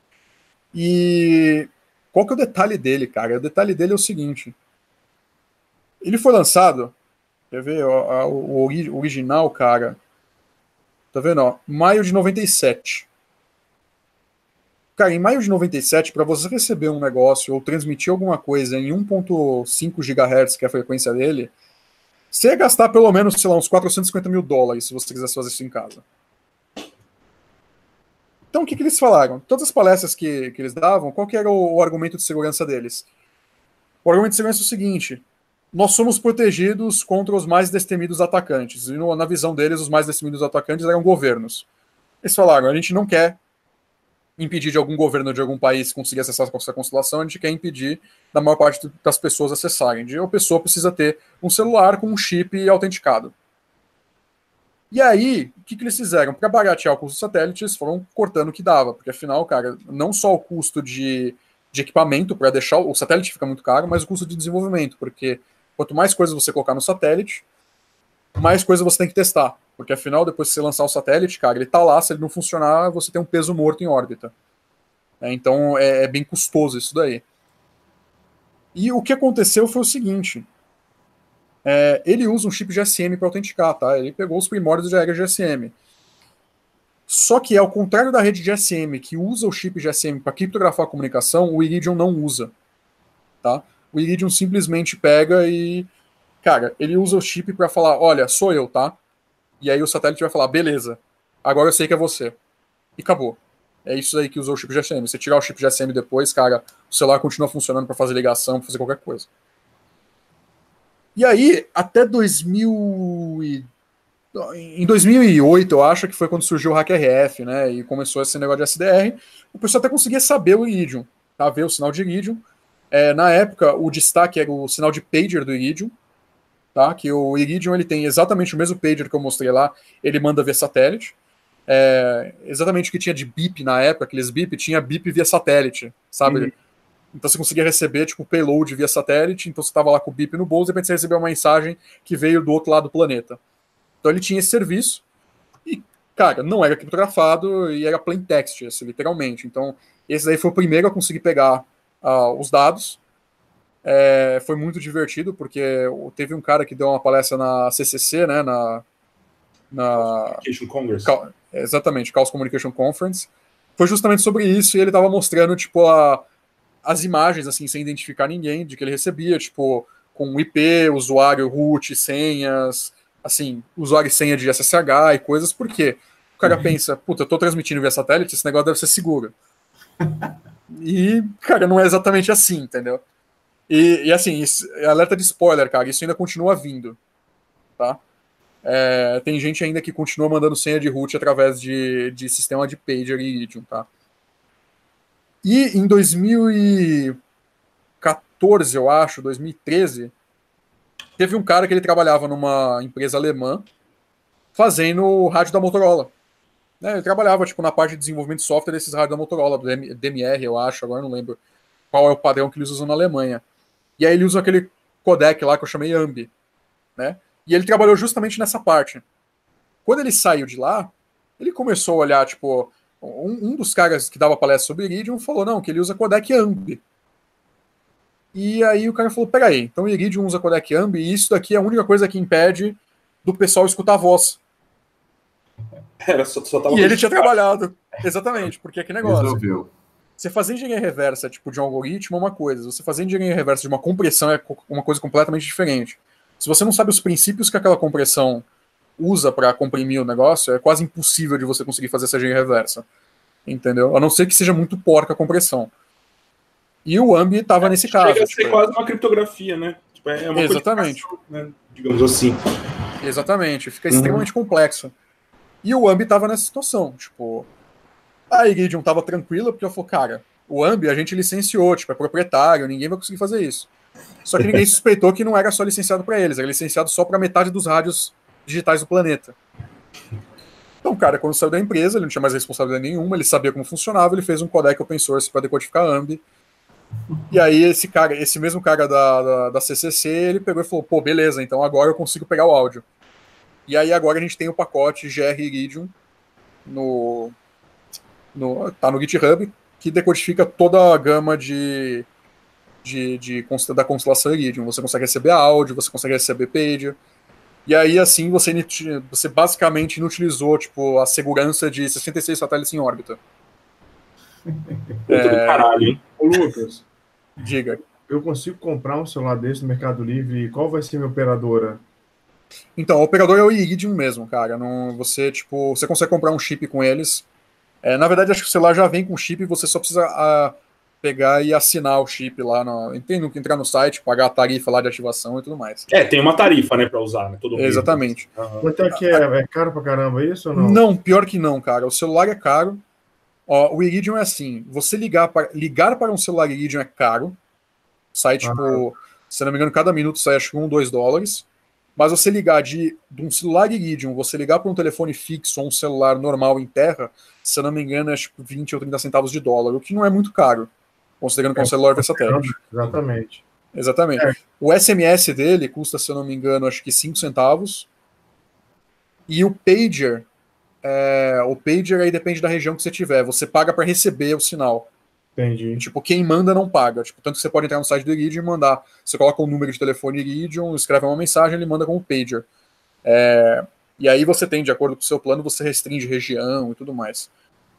E qual que é o detalhe dele, cara? O detalhe dele é o seguinte. Ele foi lançado, quer ver, ó, o, o original, cara, tá vendo, ó, maio de noventa e sete. Cara, em maio de noventa e sete, para você receber um negócio ou transmitir alguma coisa em um ponto cinco gigahertz, que é a frequência dele, você ia gastar pelo menos, sei lá, uns quatrocentos e cinquenta mil dólares se você quisesse fazer isso em casa. Então, o que, que eles falaram? Todas as palestras que, que eles davam, qual que era o, o argumento de segurança deles? O argumento de segurança é o seguinte: nós somos protegidos contra os mais destemidos atacantes. E no, na visão deles, os mais destemidos atacantes eram governos. Eles falaram, a gente não quer impedir de algum governo de algum país conseguir acessar essa constelação, a gente quer impedir da maior parte das pessoas acessarem. A pessoa precisa ter um celular com um chip autenticado. E aí, o que, que eles fizeram? Para baratear o custo dos satélites, foram cortando o que dava, porque afinal, cara, não só o custo de, de equipamento para deixar o satélite fica muito caro, mas o custo de desenvolvimento, porque quanto mais coisas você colocar no satélite, mais coisa você tem que testar. Porque afinal, depois que você lançar o satélite, cara, ele tá lá, se ele não funcionar, você tem um peso morto em órbita. É, então é, é bem custoso isso daí. E o que aconteceu foi o seguinte: é, ele usa um chip G S M para autenticar, tá? Ele pegou os primórdios da era G S M. Só que, ao contrário da rede G S M, que usa o chip G S M para criptografar a comunicação, o Iridium não usa. Tá? O Iridium simplesmente pega e, cara, ele usa o chip para falar, olha, sou eu, tá? E aí o satélite vai falar, beleza, agora eu sei que é você. E acabou. É isso aí que usa o chip G S M. Se tirar o chip G S M depois, cara, o celular continua funcionando para fazer ligação, para fazer qualquer coisa. E aí, até dois mil e... em dois mil e oito, eu acho que foi quando surgiu o Hack R F, né, e começou esse negócio de S D R, o pessoal até conseguia saber o Iridium, tá? Ver o sinal de Iridium. É, na época, o destaque era o sinal de pager do Iridium, tá? Que o Iridium ele tem exatamente o mesmo pager que eu mostrei lá, ele manda via satélite. É, exatamente o que tinha de bip na época, aqueles bip, tinha bip via satélite, sabe? Uhum. Então você conseguia receber tipo payload via satélite, então você estava lá com o bip no bolso e de repente você recebeu uma mensagem que veio do outro lado do planeta. Então ele tinha esse serviço e, cara, não era criptografado e era plain text, assim, literalmente. Então esse daí foi o primeiro a conseguir pegar uh, os dados. É, foi muito divertido, porque teve um cara que deu uma palestra na C C C, né, na... na Communication Congress. Cal, exatamente, Chaos Communication Conference. Foi justamente sobre isso e ele estava mostrando, tipo, a, as imagens, assim, sem identificar ninguém, de que ele recebia, tipo, com I P, usuário, root, senhas, assim, usuário e senha de S S H e coisas, porque o cara pensa, puta, eu tô transmitindo via satélite, esse negócio deve ser seguro. E, cara, não é exatamente assim, entendeu? E, e assim, isso, alerta de spoiler, cara, isso ainda continua vindo, tá? É, tem gente ainda que continua mandando senha de root através de, de sistema de pager e Iridium, tá? E em dois mil e quatorze, eu acho, dois mil e treze, teve um cara que ele trabalhava numa empresa alemã fazendo o rádio da Motorola. Né, ele trabalhava tipo, na parte de desenvolvimento de software desses rádios da Motorola, do D M R, eu acho, agora não lembro qual é o padrão que eles usam na Alemanha. E aí ele usa aquele codec lá que eu chamei A M B, né? E ele trabalhou justamente nessa parte. Quando ele saiu de lá, ele começou a olhar, tipo, um, um dos caras que dava palestra sobre Iridium falou, não, que ele usa codec A M B. E aí o cara falou, peraí, então o Iridium usa codec A M B e isso daqui é a única coisa que impede do pessoal escutar a voz. Era, só, só tava e ele tinha trabalhado. Exatamente, porque é que negócio. Resolveu. Você fazer engenharia reversa tipo, de um algoritmo é uma coisa, você fazer engenharia reversa de uma compressão é uma coisa completamente diferente. Se você não sabe os princípios que aquela compressão usa para comprimir o negócio, é quase impossível de você conseguir fazer essa engenharia reversa. entendeu? A não ser que seja muito porca a compressão. E o A M B estava nesse caso. Chega a tipo, ser quase uma criptografia, né? Tipo, é uma exatamente. Né? Digamos assim. Exatamente, fica Uhum. extremamente complexo. E o A M B estava nessa situação, tipo, a Iridium estava tranquila, porque eu falei, cara, o A M B a gente licenciou, tipo, é proprietário, ninguém vai conseguir fazer isso. Só que ninguém suspeitou que não era só licenciado para eles, era licenciado só para metade dos rádios digitais do planeta. Então, cara, quando saiu da empresa, ele não tinha mais responsabilidade nenhuma, ele sabia como funcionava, ele fez um codec open source para decodificar A M B. E aí esse cara, esse mesmo cara da, da, da C C C, ele pegou e falou, pô, beleza, então agora eu consigo pegar o áudio. E aí agora a gente tem o pacote G R Iridium no, no, tá no GitHub, que decodifica toda a gama de, de, de, de da constelação Iridium. Você consegue receber áudio, você consegue receber pager. E aí, assim, você, você basicamente inutilizou tipo, a segurança de sessenta e seis satélites em órbita. É... Caralho, hein? Ô, Lucas, diga. Eu consigo comprar um celular desse no Mercado Livre e qual vai ser minha operadora? Então, o operador é o Iridium mesmo, cara. Não, você, tipo, você consegue comprar um chip com eles. É, na verdade, acho que o celular já vem com chip e você só precisa a, pegar e assinar o chip lá. No, entrar no site, pagar a tarifa lá de ativação e tudo mais. É, tem uma tarifa, né, pra usar, né? Todo exatamente. Uhum. Quanto é que é? É caro pra caramba isso ou não? Não, pior que não, cara. O celular é caro. Ó, o Iridium é assim, você ligar para, ligar para um celular Iridium é caro. Sai, tipo, uhum. se não me engano, cada minuto sai, acho que um, dois dólares. Mas você ligar de, de um celular Iridium, você ligar para um telefone fixo ou um celular normal em terra, se eu não me engano, é tipo vinte ou trinta centavos de dólar, o que não é muito caro, considerando que é um celular via satélite. Exatamente. Exatamente. É. O S M S dele custa, se eu não me engano, acho que cinco centavos. E o pager, é, o pager aí depende da região que você tiver. Você paga para receber o sinal. Entendi. Tipo, quem manda não paga. Tipo, tanto que você pode entrar no site do Iridium e mandar. Você coloca o um número de telefone Iridium, escreve uma mensagem, ele manda com o pager. É, e aí você tem, de acordo com o seu plano, você restringe região e tudo mais.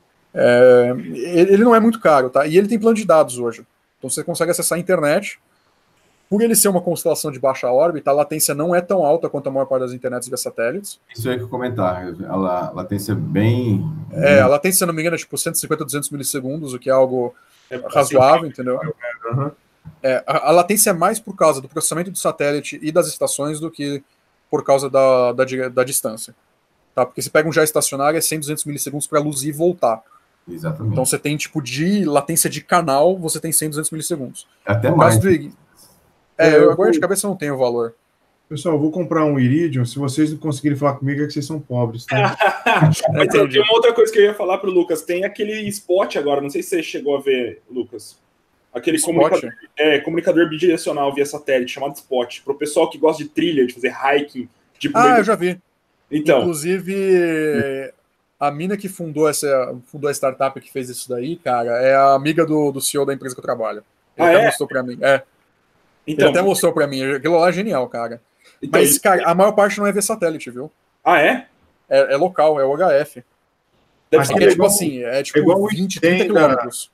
É, ele não é muito caro, tá? E ele tem plano de dados hoje. Então você consegue acessar a internet. Por ele ser uma constelação de baixa órbita, a latência não é tão alta quanto a maior parte das internets via satélites. Isso aí que eu comentar. A latência bem... É, a latência, se não me engano, é tipo cento e cinquenta a duzentos milissegundos, o que é algo é razoável, entendeu? Uhum. É, a, a latência é mais por causa do processamento do satélite e das estações do que por causa da, da, da distância. Tá? Porque se pega um já estacionário, é cem, duzentos milissegundos para a luz ir e voltar. Exatamente. Então você tem, tipo, de latência de canal, você tem cem, duzentos milissegundos. Até no mais. Caso do, é, eu agora de cabeça não tenho o valor. Pessoal, eu vou comprar um Iridium. Se vocês não conseguirem falar comigo, é que vocês são pobres, tá? Mas eu tenho uma outra coisa que eu ia falar pro Lucas. Tem aquele spot agora, não sei se você chegou a ver, Lucas. Aquele comunicador, é, comunicador bidirecional via satélite, chamado Spot. Pro pessoal que gosta de trilha, de fazer hiking. Tipo, ah, meio... eu já vi. Então. Inclusive, a mina que fundou, essa, fundou a startup que fez isso daí, cara, é a amiga do, do C E O da empresa que eu trabalho. Ele ah, até é? mostrou pra mim. É. Então, Ele até mostrou pra mim. Aquilo lá é genial, cara. Então, Mas, cara, a maior parte não é via satélite, viu? Ah, é? É, é local, é o H F. Deve Mas ser é, é tipo assim, é tipo é igual vinte, trinta quilômetros.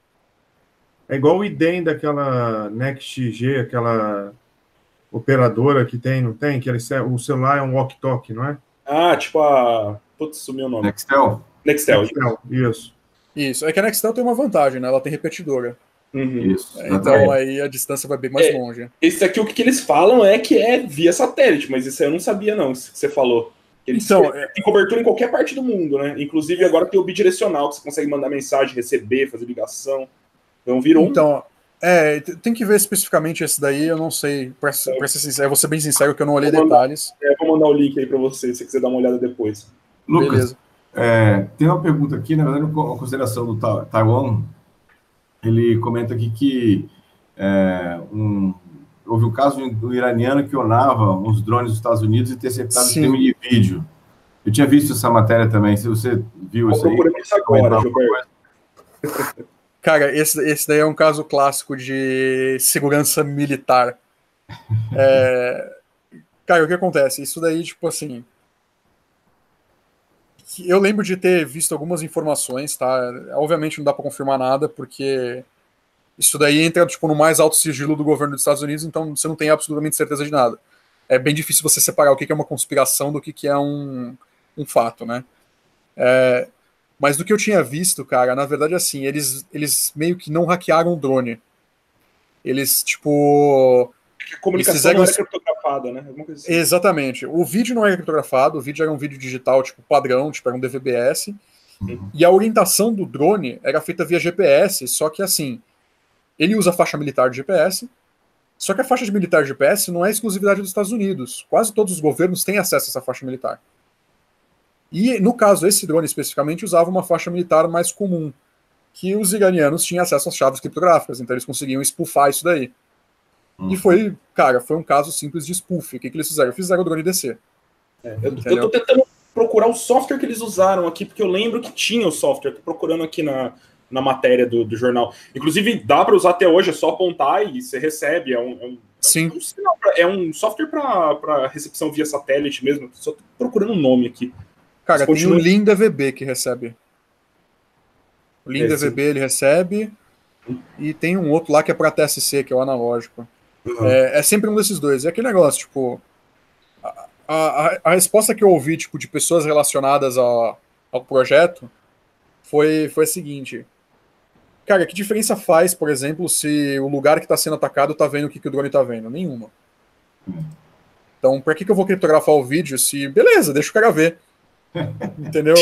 É igual o I D E M daquela NextG, aquela operadora que tem, não tem? Que ele, o celular é um walkie-talkie, não é? Ah, tipo a... Putz, sumiu o nome. Nextel? Nextel. Nextel, isso. Isso. É que a Nextel tem uma vantagem, né? Ela tem repetidora. Uhum. Isso. Então aí a distância vai bem mais é, longe. Esse aqui, o que, que eles falam é que é via satélite, mas isso aí eu não sabia, não, isso que você falou. Eles então, tem cobertura em qualquer parte do mundo, né? Inclusive agora tem o bidirecional, que você consegue mandar mensagem, receber, fazer ligação. Então virou Então, é, tem que ver especificamente esse daí, eu não sei. Pra, é. pra ser sincero, eu vou ser bem sincero que eu não olhei vou detalhes. Mandar, é, vou mandar o link aí pra você, se você quiser dar uma olhada depois. Lucas, beleza. É, tem uma pergunta aqui, na verdade, uma consideração do Ta Taiwan. Ele comenta aqui que é, um, houve um caso do iraniano que onava uns drones dos Estados Unidos e interceptava streaming de vídeo. Eu tinha visto essa matéria também, se você viu isso aí. Isso agora, Gilberto. Cara, esse, esse daí é um caso clássico de segurança militar. É, cara, o que acontece? Isso daí, tipo assim... Eu lembro de ter visto algumas informações, tá? Obviamente não dá para confirmar nada, porque isso daí entra tipo, no mais alto sigilo do governo dos Estados Unidos, então você não tem absolutamente certeza de nada. É bem difícil você separar o que é uma conspiração do que é um, um fato, né? É, Mas do que eu tinha visto, cara, na verdade, assim, eles, eles meio que não hackearam o drone. Eles, tipo... A comunicação fizeram... não era criptografada, né? Alguma coisa assim. Exatamente. O vídeo não era criptografado, o vídeo era um vídeo digital, tipo, padrão, tipo, era um D V B S. Uhum. E a orientação do drone era feita via G P S, só que, assim, ele usa faixa militar de G P S, só que a faixa de militar de G P S não é exclusividade dos Estados Unidos. Quase todos os governos têm acesso a essa faixa militar. E, no caso, esse drone especificamente usava uma faixa militar mais comum, que os iranianos tinham acesso às chaves criptográficas, então eles conseguiam spoofar isso daí. Uhum. E foi, cara, foi um caso simples de spoof. O que, que eles fizeram? Fizeram o drone descer. É, eu, eu tô tentando procurar o software que eles usaram aqui, porque eu lembro que tinha o software, tô procurando aqui na, na matéria do, do jornal. Inclusive, dá para usar até hoje, é só apontar e você recebe. É um, é um, Sim. É um, é um software para recepção via satélite mesmo. Só tô procurando o um nome aqui. Cara, Mas tem continua... o LinDVB que recebe. O LinDVB é, ele recebe, e tem um outro lá que é para T S C, que é o analógico. Uhum. É, é sempre um desses dois. É aquele negócio, tipo... A, a, a resposta que eu ouvi, tipo, de pessoas relacionadas ao, ao projeto foi, foi a seguinte. Cara, que diferença faz, por exemplo, se o lugar que está sendo atacado tá vendo o que, que o drone tá vendo? Nenhuma. Então, por que, que eu vou criptografar o vídeo se... Beleza, deixa o cara ver. Entendeu?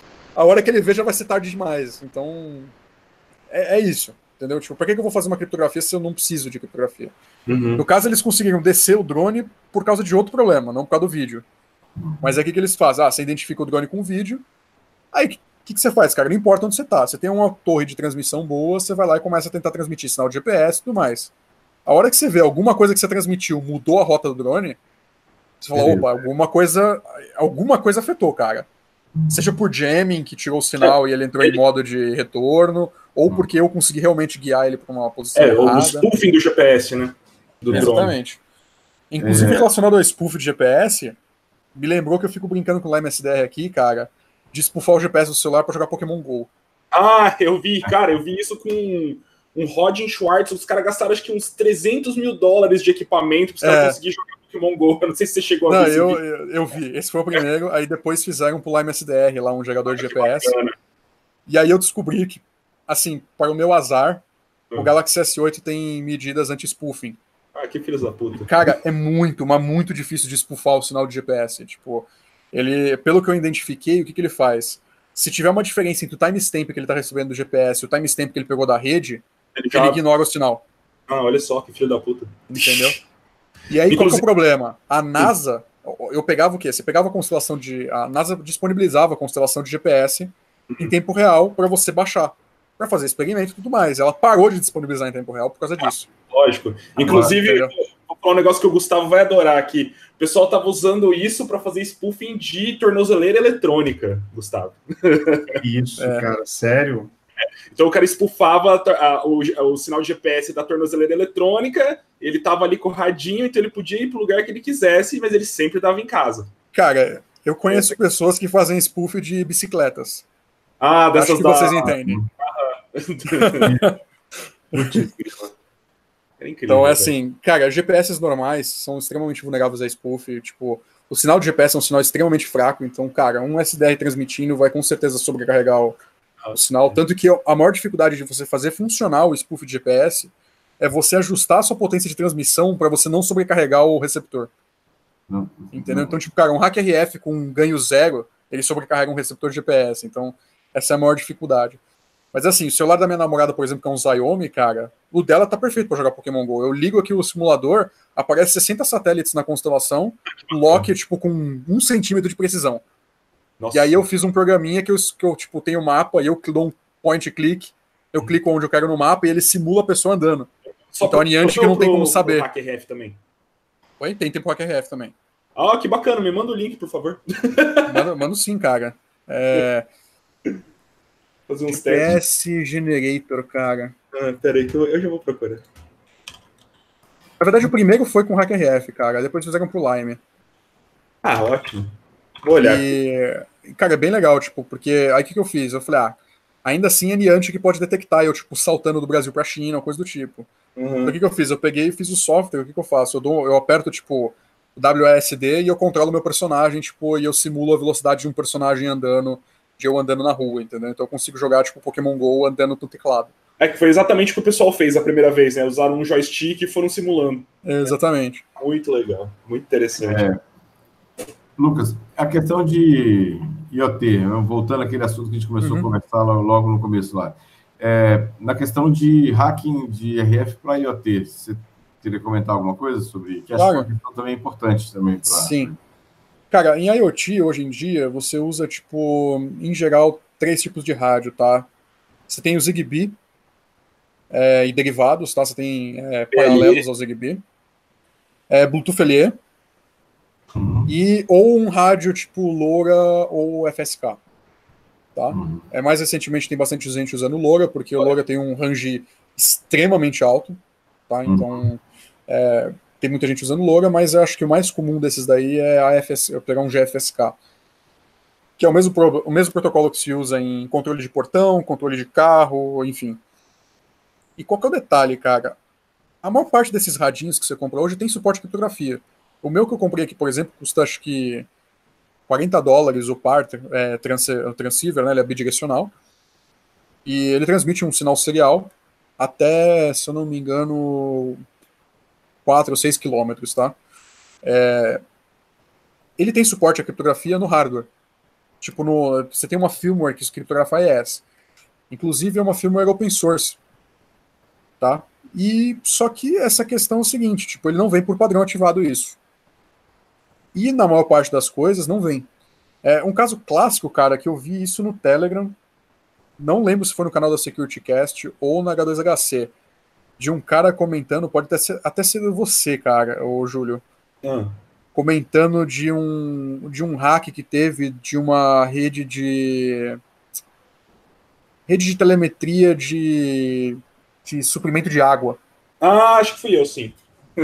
A hora que ele vê já vai ser tarde demais. Então, é, é isso. Entendeu? Tipo, pra que, que eu vou fazer uma criptografia se eu não preciso de criptografia? Uhum. No caso, eles conseguiram descer o drone por causa de outro problema, não por causa do vídeo. Mas é o que, que eles fazem? Ah, você identifica o drone com o vídeo. Aí, o que, que, que você faz, cara? Não importa onde você tá. Você tem uma torre de transmissão boa, você vai lá e começa a tentar transmitir sinal de G P S e tudo mais. A hora que você vê alguma coisa que você transmitiu mudou a rota do drone, você fala, opa, alguma coisa, alguma coisa afetou, cara. Seja por jamming, que tirou o sinal é, e ele entrou ele... em modo de retorno, ou porque eu consegui realmente guiar ele para uma posição é, errada. É, o spoofing do G P S, né? Do é, exatamente. Inclusive, é. relacionado ao spoof de G P S, me lembrou que eu fico brincando com o Lime S D R aqui, cara, de spoofar o G P S do celular para jogar Pokémon GO. Ah, eu vi, cara, eu vi isso com um Rodin Schwartz, os caras gastaram acho que uns trezentos mil dólares de equipamento para os caras é. conseguirem jogar Pokémon GO. Eu não sei se você chegou não, a ver eu, eu, eu vi. Esse foi o primeiro. Aí depois fizeram pro Lime S D R, lá um jogador ah, de G P S. Bacana. E aí eu descobri que, assim, para o meu azar, hum. o Galaxy S oito tem medidas anti-spoofing. Ah, que filhos da puta. Cara, é muito, mas muito difícil de spoofar o sinal de G P S. Tipo, ele, pelo que eu identifiquei, o que, que ele faz? Se tiver uma diferença entre o timestamp que ele tá recebendo do G P S e o timestamp que ele pegou da rede, ele, já... ele ignora o sinal. Ah, olha só, que filho da puta. Entendeu? E aí, Inclusive... qual que é o problema? A NASA, eu pegava o quê? Você pegava a constelação de... A NASA disponibilizava a constelação de G P S uhum. em tempo real para você baixar, para fazer experimento e tudo mais. Ela parou de disponibilizar em tempo real por causa disso. Ah, lógico. Inclusive, ah, vou falar um negócio que o Gustavo vai adorar aqui. O pessoal tava usando isso para fazer spoofing de tornozeleira eletrônica, Gustavo. Isso, é. cara, sério? Então o cara spoofava a, a, o, o sinal de G P S da tornozeleira eletrônica, ele tava ali com o radinho, então ele podia ir pro lugar que ele quisesse, mas ele sempre dava em casa. Cara, eu conheço é. pessoas que fazem spoof de bicicletas. Ah, dessas Acho que da... vocês entendem. É incrível, então é assim, cara, G P S normais são extremamente vulneráveis a spoof, tipo, o sinal de G P S é um sinal extremamente fraco, então, cara, um S D R transmitindo vai com certeza sobrecarregar o o sinal, tanto que a maior dificuldade de você fazer funcionar o spoof de G P S é você ajustar a sua potência de transmissão para você não sobrecarregar o receptor. Não, entendeu? Não. Então, tipo, cara, um hack R F com ganho zero, ele sobrecarrega um receptor de G P S. Então, essa é a maior dificuldade. Mas assim, o celular da minha namorada, por exemplo, que é um Xiaomi, cara, o dela tá perfeito para jogar Pokémon GO. Eu ligo aqui o simulador, aparece sessenta satélites na constelação, lock, tipo, com um centímetro de precisão. Nossa. E aí eu fiz um programinha que eu, que eu tipo, tenho o mapa, e eu dou um point click, eu clico onde eu quero no mapa e ele simula a pessoa andando. Só então a Niantic não tem como saber. Hack R F também. Oi, tem tempo Hack R F também. Ah, que bacana, me manda o link, por favor. Mando, mando sim, cara. É... Fazer uns G P S testes. Generator, cara. Ah, peraí, que eu, eu já vou procurar. Na verdade, o primeiro foi com Hack R F, cara. Depois fizeram pro Lime. Ah, ótimo. Vou olhar. E, cara, é bem legal, tipo, porque aí o que, que eu fiz? Eu falei, ah, ainda assim é Niantic que pode detectar eu, tipo, saltando do Brasil pra China, coisa do tipo. Uhum. Então o que, que eu fiz? Eu peguei e fiz o software, o que, que eu faço? Eu, dou, eu aperto, tipo, o W A S D e eu controlo meu personagem, tipo, e eu simulo a velocidade de um personagem andando de eu andando na rua, entendeu? Então eu consigo jogar, tipo, Pokémon GO andando no teclado. É que foi exatamente o que o pessoal fez a primeira vez, né? Usaram um joystick e foram simulando. É, exatamente. Muito legal, muito interessante. É. Lucas, a questão de I O T, voltando àquele assunto que a gente começou uhum. a conversar logo no começo lá. É, na questão de hacking de R F para I O T, você queria comentar alguma coisa sobre? Que acho claro. que é uma questão também importante também. Pra... Sim. Cara, em IoT, hoje em dia, você usa, tipo, em geral, três tipos de rádio, tá? Você tem o Zigbee é, e derivados, tá? Você tem é, paralelos ao Zigbee. É, Bluetooth L E. Uhum. E, ou um rádio tipo LoRa ou F S K. Tá? Uhum. É, mais recentemente tem bastante gente usando LoRa, porque o LoRa tem um range extremamente alto. Tá? Então, uhum. é, tem muita gente usando LoRa, mas eu acho que o mais comum desses daí é a F S, eu pegar um G F S K. Que é o mesmo, pro, o mesmo protocolo que se usa em controle de portão, controle de carro, enfim. E qual que é o detalhe, cara? A maior parte desses radinhos que você compra hoje tem suporte a criptografia. O meu que eu comprei aqui, por exemplo, custa acho que quarenta dólares o par, é, trans, transceiver, né, ele é bidirecional. E ele transmite um sinal serial até, se eu não me engano, quatro ou seis quilômetros, tá? É, ele tem suporte a criptografia no hardware. Tipo, no, você tem uma firmware que criptografa I S. Inclusive é uma firmware open source. Tá? E só que essa questão é o seguinte, tipo, ele não vem por padrão ativado isso. E na maior parte das coisas não vem. É um caso clássico, cara, que eu vi isso no Telegram, não lembro se foi no canal da SecurityCast ou na H dois H C, de um cara comentando, pode até ser, até ser você, cara, ô Júlio, hum. comentando de um, de um hack que teve de uma rede de rede de telemetria de, de suprimento de água. Ah, acho que fui eu, sim.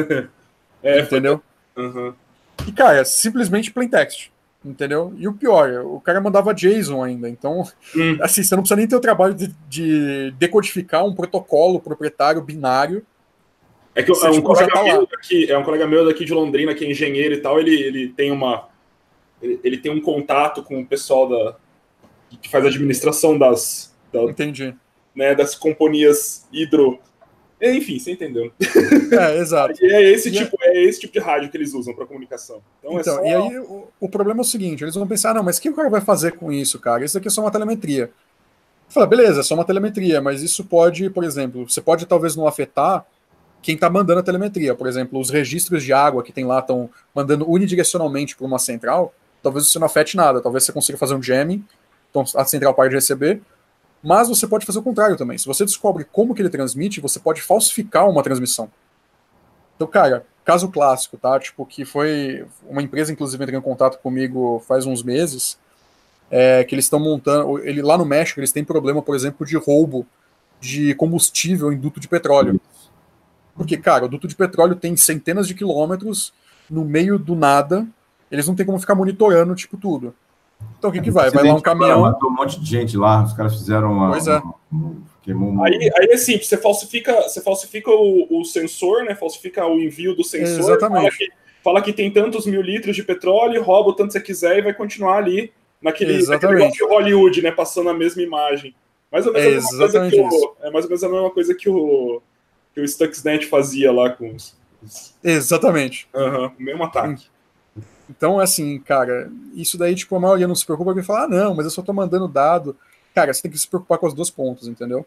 É, entendeu? Foi... Uhum. E, cara, simplesmente plaintext, entendeu? E o pior, o cara mandava JSON ainda, então, hum. assim, você não precisa nem ter o trabalho de, de decodificar um protocolo proprietário binário. É que você, é, um tipo, colega tá meu daqui, é um colega meu daqui de Londrina, que é engenheiro e tal, ele, ele tem uma... Ele, ele tem um contato com o pessoal da, que faz a administração das... Da, Entendi. Né, das companhias hidro... Enfim, você entendeu. É, exato. E é esse, tipo, é... é esse tipo de rádio que eles usam para comunicação. Então, então é só... e aí o, o problema é o seguinte, eles vão pensar, não, mas o que o cara vai fazer com isso, cara? Isso aqui é só uma telemetria. Fala, beleza, é só uma telemetria, mas isso pode, por exemplo, você pode talvez não afetar quem está mandando a telemetria. Por exemplo, os registros de água que tem lá estão mandando unidirecionalmente para uma central, talvez isso não afete nada, talvez você consiga fazer um jamming, então a central pare de receber. Mas você pode fazer o contrário também. Se você descobre como que ele transmite, você pode falsificar uma transmissão. Então, cara, caso clássico, tá? Tipo, que foi uma empresa, inclusive, entrou em contato comigo faz uns meses, é, que eles estão montando... Ele, lá no México, eles têm problema, por exemplo, de roubo de combustível em duto de petróleo. Porque, cara, o duto de petróleo tem centenas de quilômetros no meio do nada, eles não tem como ficar monitorando, tipo, tudo. Então o que que vai? Vai lá um caminhão... Matou um monte de gente lá, os caras fizeram uma... Pois é. Um, queimou um... aí, aí é simples, você falsifica, você falsifica o, o sensor, né? Falsifica o envio do sensor. Exatamente. Fala que, fala que tem tantos mil litros de petróleo, rouba o tanto que você quiser e vai continuar ali naquele, naquele negócio de Hollywood, né? Passando a mesma imagem. Mais ou menos é a mesma coisa que o, é mais ou menos a mesma coisa que o, que o Stuxnet fazia lá com os... os... Exatamente. Uhum, o mesmo ataque. Então, assim, cara, isso daí, tipo, a maioria não se preocupa porque fala, ah, não, mas eu só tô mandando dado. Cara, você tem que se preocupar com as duas pontas, entendeu?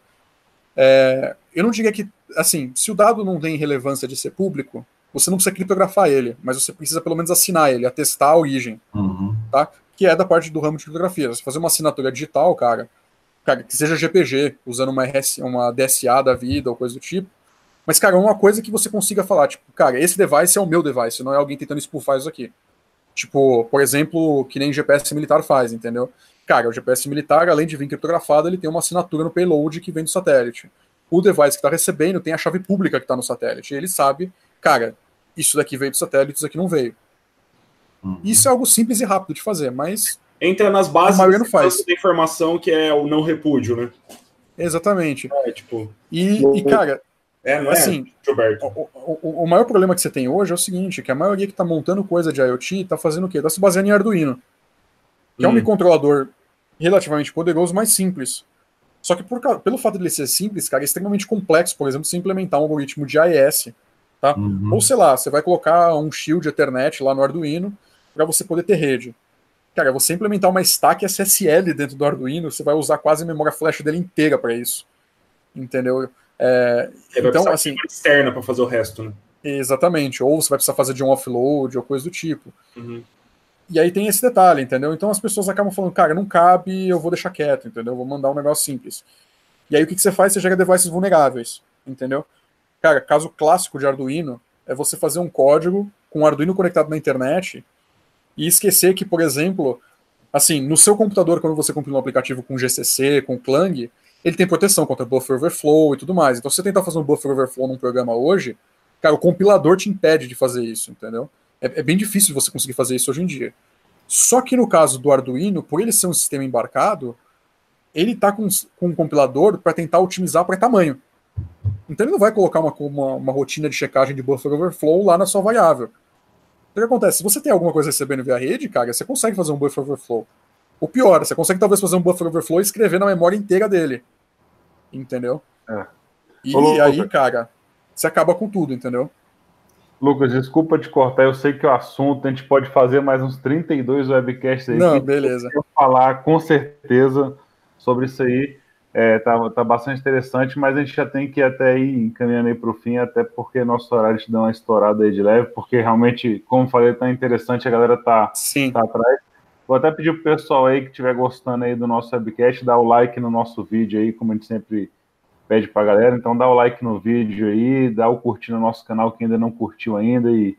É, eu não diria que, assim, se o dado não tem relevância de ser público, você não precisa criptografar ele, mas você precisa pelo menos assinar ele, atestar a origem, uhum. tá? Que é da parte do ramo de criptografia. Você fazer uma assinatura digital, cara, cara que seja G P G, usando uma, R S, uma D S A da vida ou coisa do tipo, mas, cara, uma coisa que você consiga falar, tipo, cara, esse device é o meu device, não é alguém tentando spufar isso aqui. Tipo, por exemplo, que nem G P S militar faz, entendeu? Cara, o G P S militar, além de vir criptografado, ele tem uma assinatura no payload que vem do satélite. O device que está recebendo tem a chave pública que está no satélite. E ele sabe, cara, isso daqui veio do satélite, isso daqui não veio. Uhum. Isso é algo simples e rápido de fazer, mas... Entra nas bases não faz. da informação que é o não repúdio, né? Exatamente. É, tipo... E, e cara... É, não é, assim, Gilberto? O, o, o maior problema que você tem hoje é o seguinte, que a maioria que está montando coisa de IoT está fazendo o quê? Está se baseando em Arduino, que hum. é um microcontrolador relativamente poderoso, mais simples. Só que por, pelo fato de ele ser simples, cara, é extremamente complexo, por exemplo, se implementar um algoritmo de A E S, tá? Uhum. Ou sei lá, você vai colocar um shield Ethernet lá no Arduino para você poder ter rede. Cara, você implementar uma stack S S L dentro do Arduino, você vai usar quase a memória flash dele inteira para isso. Entendeu? É, Você vai então, precisar assim, de externa para fazer o resto, né? Exatamente. Ou você vai precisar fazer de um offload ou coisa do tipo. Uhum. E aí tem esse detalhe, entendeu? Então as pessoas acabam falando, cara, não cabe, eu vou deixar quieto, entendeu? Eu vou mandar um negócio simples. E aí o que, que você faz? Você gera devices vulneráveis, entendeu? Cara, caso clássico de Arduino é você fazer um código com o Arduino conectado na internet e esquecer que, por exemplo, assim, no seu computador, quando você compila um aplicativo com G C C, com Clang, ele tem proteção contra buffer overflow e tudo mais. Então se você tentar fazer um buffer overflow num programa hoje, cara, o compilador te impede de fazer isso, entendeu? É, é bem difícil você conseguir fazer isso hoje em dia. Só que no caso do Arduino, por ele ser um sistema embarcado, ele tá com, com um compilador para tentar otimizar para tamanho. Então ele não vai colocar uma, uma, uma rotina de checagem de buffer overflow lá na sua variável. Então o que acontece? Se você tem alguma coisa recebendo via rede, cara, você consegue fazer um buffer overflow. O pior, você consegue talvez fazer um buffer overflow e escrever na memória inteira dele. Entendeu? É. E Ô, aí, Lucas. cara, você acaba com tudo, entendeu? Lucas, desculpa te cortar, eu sei que o assunto, a gente pode fazer mais uns trinta e dois webcasts aí. Não, que beleza. Eu falar com certeza sobre isso aí, é, tá, tá bastante interessante, mas a gente já tem que ir até ir encaminhando aí para o fim, até porque nosso horário te dá uma estourada aí de leve, porque realmente, como falei, tá interessante, a galera tá, Sim. tá atrás. Vou até pedir pro pessoal aí que estiver gostando aí do nosso webcast, dar o like no nosso vídeo aí, como a gente sempre pede pra galera, então dá o like no vídeo aí, dá o curtir no nosso canal que ainda não curtiu ainda e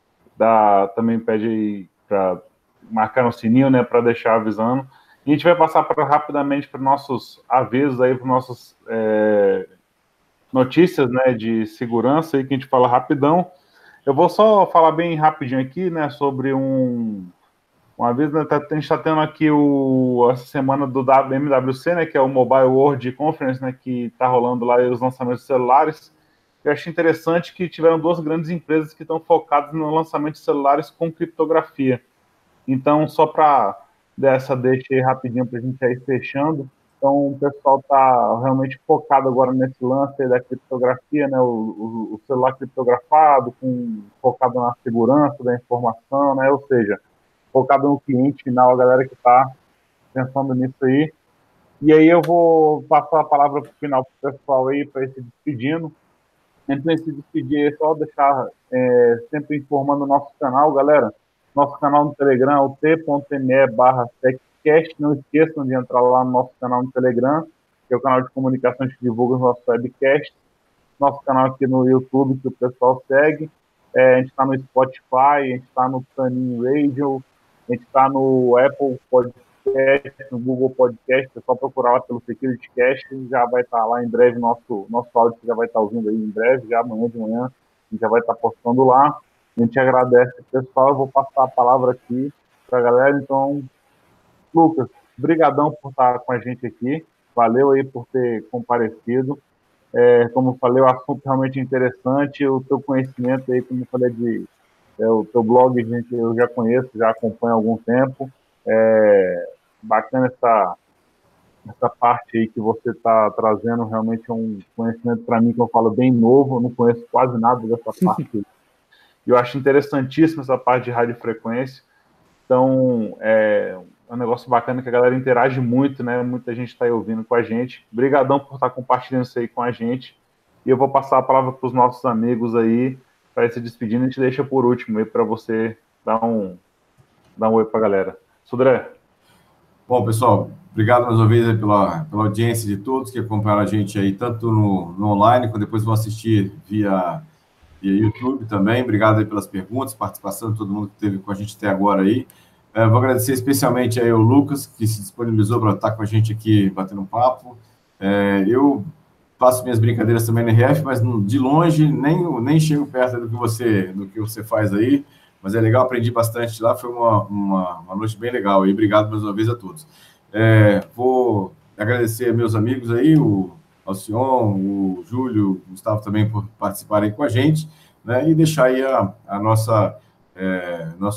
dá, também pede aí pra marcar no sininho, né, para deixar avisando. E a gente vai passar pra, rapidamente para nossos avisos aí, para nossas é, notícias, né, de segurança aí que a gente fala rapidão. Eu vou só falar bem rapidinho aqui, né, sobre um Uma vez, né, tá, a gente está tendo aqui o, essa semana do M W C, né, que é o Mobile World Conference, né, que está rolando lá os lançamentos de celulares. Eu achei interessante que tiveram duas grandes empresas que estão focadas no lançamento de celulares com criptografia. Então, só para dar essa deixa aí rapidinho para a gente ir fechando. Então, o pessoal está realmente focado agora nesse lance aí da criptografia, né, o, o, o celular criptografado, com, focado na segurança da informação, né, ou seja, focado no cliente final, a galera que está pensando nisso aí. E aí eu vou passar a palavra para o final para o pessoal aí, para ir se despedindo. Antes de se despedir, é só deixar é, sempre informando o nosso canal, galera. Nosso canal no Telegram é o t.me barra techcast. Não esqueçam de entrar lá no nosso canal no Telegram, que é o canal de comunicação que divulga os nossos webcasts. Nosso canal aqui no YouTube, que o pessoal segue. É, a gente está no Spotify, a gente está no Tuning Radio, a gente está no Apple Podcast, no Google Podcast, é só procurar lá pelo Security Cast, já vai estar tá lá em breve, nosso, nosso áudio já vai estar tá ouvindo aí em breve, já amanhã de manhã, a gente já vai estar tá postando lá. A gente agradece, pessoal, eu vou passar a palavra aqui para a galera. Então, Lucas, brigadão por estar com a gente aqui, valeu aí por ter comparecido. É, como eu falei, o assunto realmente interessante, o teu conhecimento aí, como eu falei, de É, o teu blog, gente, eu já conheço, já acompanho há algum tempo. É bacana essa, essa parte aí que você está trazendo, realmente é um conhecimento para mim que eu falo bem novo, eu não conheço quase nada dessa parte. E eu acho interessantíssima essa parte de radiofrequência. Então, é um negócio bacana que a galera interage muito, né? Muita gente está aí ouvindo com a gente. Obrigadão por estar compartilhando isso aí com a gente. E eu vou passar a palavra para os nossos amigos aí, para ir se despedindo. A gente deixa por último aí para você dar um, dar um oi para a galera. Sudré. Bom, pessoal, obrigado mais uma vez pela, pela audiência de todos que acompanharam a gente aí, tanto no, no online, quanto depois vão assistir via, via YouTube também. Obrigado aí pelas perguntas, participação de todo mundo que esteve com a gente até agora aí. É, vou agradecer especialmente aí ao Lucas, que se disponibilizou para estar com a gente aqui batendo um papo. É, eu faço minhas brincadeiras também na R F, mas de longe nem, nem chego perto do que você, do que você faz aí. Mas é legal, aprendi bastante lá, foi uma, uma, uma noite bem legal. E obrigado mais uma vez a todos. É, vou agradecer a meus amigos aí, o Alcion, o Júlio, o Gustavo também por participarem com a gente, né, e deixar aí a, a nossa, é, nosso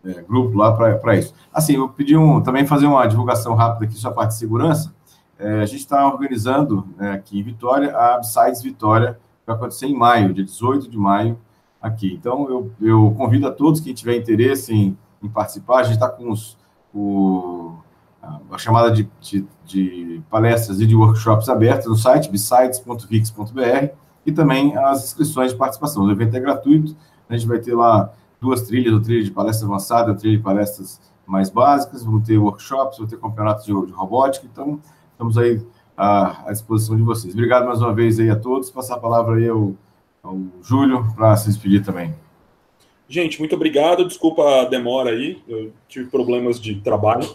é, grupo lá para isso. Assim, eu pedi um, também fazer uma divulgação rápida aqui sobre a parte de segurança. É, a gente está organizando, né, aqui em Vitória a Absides Vitória, que vai acontecer em maio, dia dezoito de maio, aqui. Então, eu, eu convido a todos que tiver interesse em, em participar. A gente está com os, o, a chamada de, de, de palestras e de workshops abertas no site absides ponto vix ponto br e também as inscrições de participação. O evento é gratuito, a gente vai ter lá duas trilhas, uma trilha de palestra avançada, uma trilha de palestras mais básicas, vamos ter workshops, vamos ter campeonatos de, de robótica, então estamos aí à, à disposição de vocês. Obrigado mais uma vez aí a todos. Passar a palavra aí ao, ao Júlio para se despedir também. Gente, muito obrigado. Desculpa a demora aí, eu tive problemas de trabalho.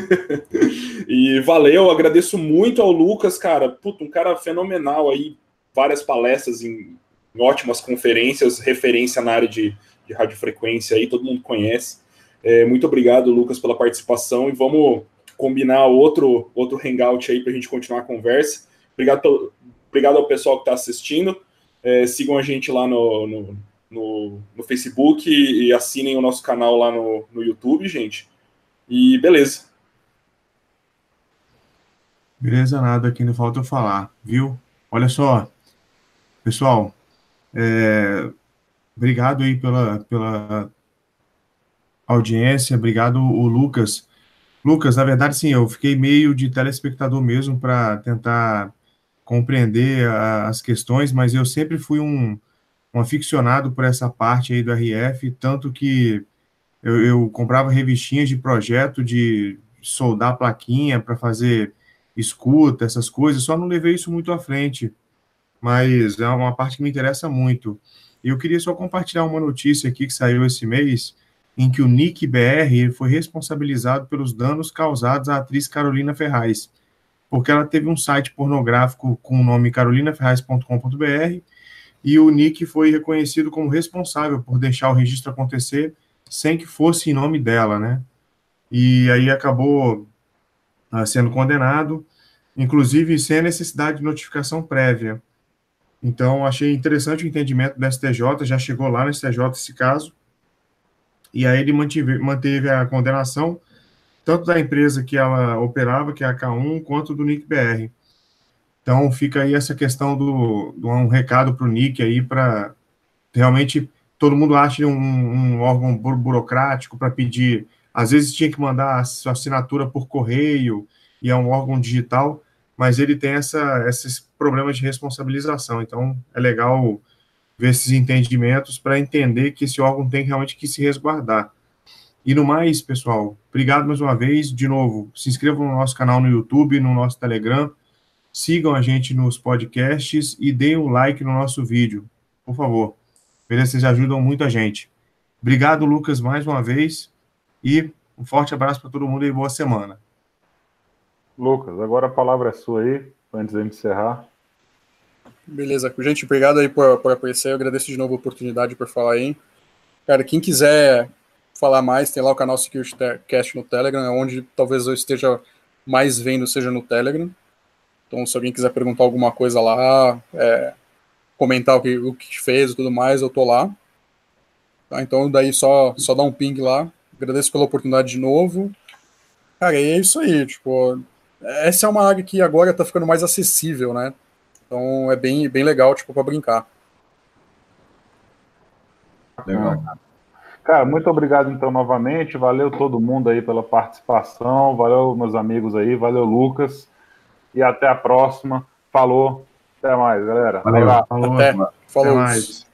E valeu, agradeço muito ao Lucas, cara. Puta, um cara fenomenal aí, várias palestras em, em ótimas conferências, referência na área de, de radiofrequência aí, todo mundo conhece. É, muito obrigado, Lucas, pela participação e vamos combinar outro, outro hangout aí para a gente continuar a conversa. Obrigado, pelo, obrigado ao pessoal que está assistindo. É, sigam a gente lá no, no, no, no Facebook e, e assinem o nosso canal lá no, no YouTube, gente. E beleza. Beleza, nada, aqui não falta eu falar, viu? Olha só, pessoal, é, obrigado aí pela, pela audiência, obrigado o Lucas. Lucas, na verdade, sim, eu fiquei meio de telespectador mesmo para tentar compreender a, as questões, mas eu sempre fui um, um aficionado por essa parte aí do R F, tanto que eu, eu comprava revistinhas de projeto, de soldar plaquinha para fazer escuta, essas coisas, só não levei isso muito à frente, mas é uma parte que me interessa muito. E eu queria só compartilhar uma notícia aqui que saiu esse mês, em que o N I C B R foi responsabilizado pelos danos causados à atriz Carolina Ferraz, porque ela teve um site pornográfico com o nome carolina ferraz ponto com ponto br e o N I C foi reconhecido como responsável por deixar o registro acontecer sem que fosse em nome dela, né? E aí acabou uh, sendo condenado, inclusive sem a necessidade de notificação prévia. Então, achei interessante o entendimento do S T J, já chegou lá no S T J esse caso, e aí ele mantive, manteve a condenação, tanto da empresa que ela operava, que é a K um, quanto do N I C B R. Então, fica aí essa questão do, do um recado para o N I C aí, para realmente todo mundo acha um, um órgão burocrático para pedir, às vezes tinha que mandar a sua assinatura por correio, e é um órgão digital, mas ele tem essa, esses problemas de responsabilização, então é legal ver esses entendimentos para entender que esse órgão tem realmente que se resguardar. E no mais, pessoal, obrigado mais uma vez. De novo, se inscrevam no nosso canal no YouTube, no nosso Telegram, sigam a gente nos podcasts e deem um like no nosso vídeo, por favor. Beleza? Vocês ajudam muito a gente. Obrigado, Lucas, mais uma vez, e um forte abraço para todo mundo e boa semana. Lucas, agora a palavra é sua aí, antes de encerrar. Beleza, gente, obrigado aí por, por aparecer, eu agradeço de novo a oportunidade por falar aí. Cara, quem quiser falar mais, tem lá o canal SecurityCast no Telegram, é onde talvez eu esteja mais vendo, seja no Telegram. Então, se alguém quiser perguntar alguma coisa lá, é, comentar o que, o que fez e tudo mais, eu tô lá. Tá? Então, daí só, só dá um ping lá. Agradeço pela oportunidade de novo. Cara, e é isso aí, tipo, essa é uma área que agora tá ficando mais acessível, né? Então é bem, bem legal, tipo, para brincar. Legal. Cara, muito obrigado então novamente, valeu todo mundo aí pela participação, valeu meus amigos aí, valeu Lucas, e até a próxima. Falou, até mais, galera. Valeu. Falou, Até. até Falou. mais.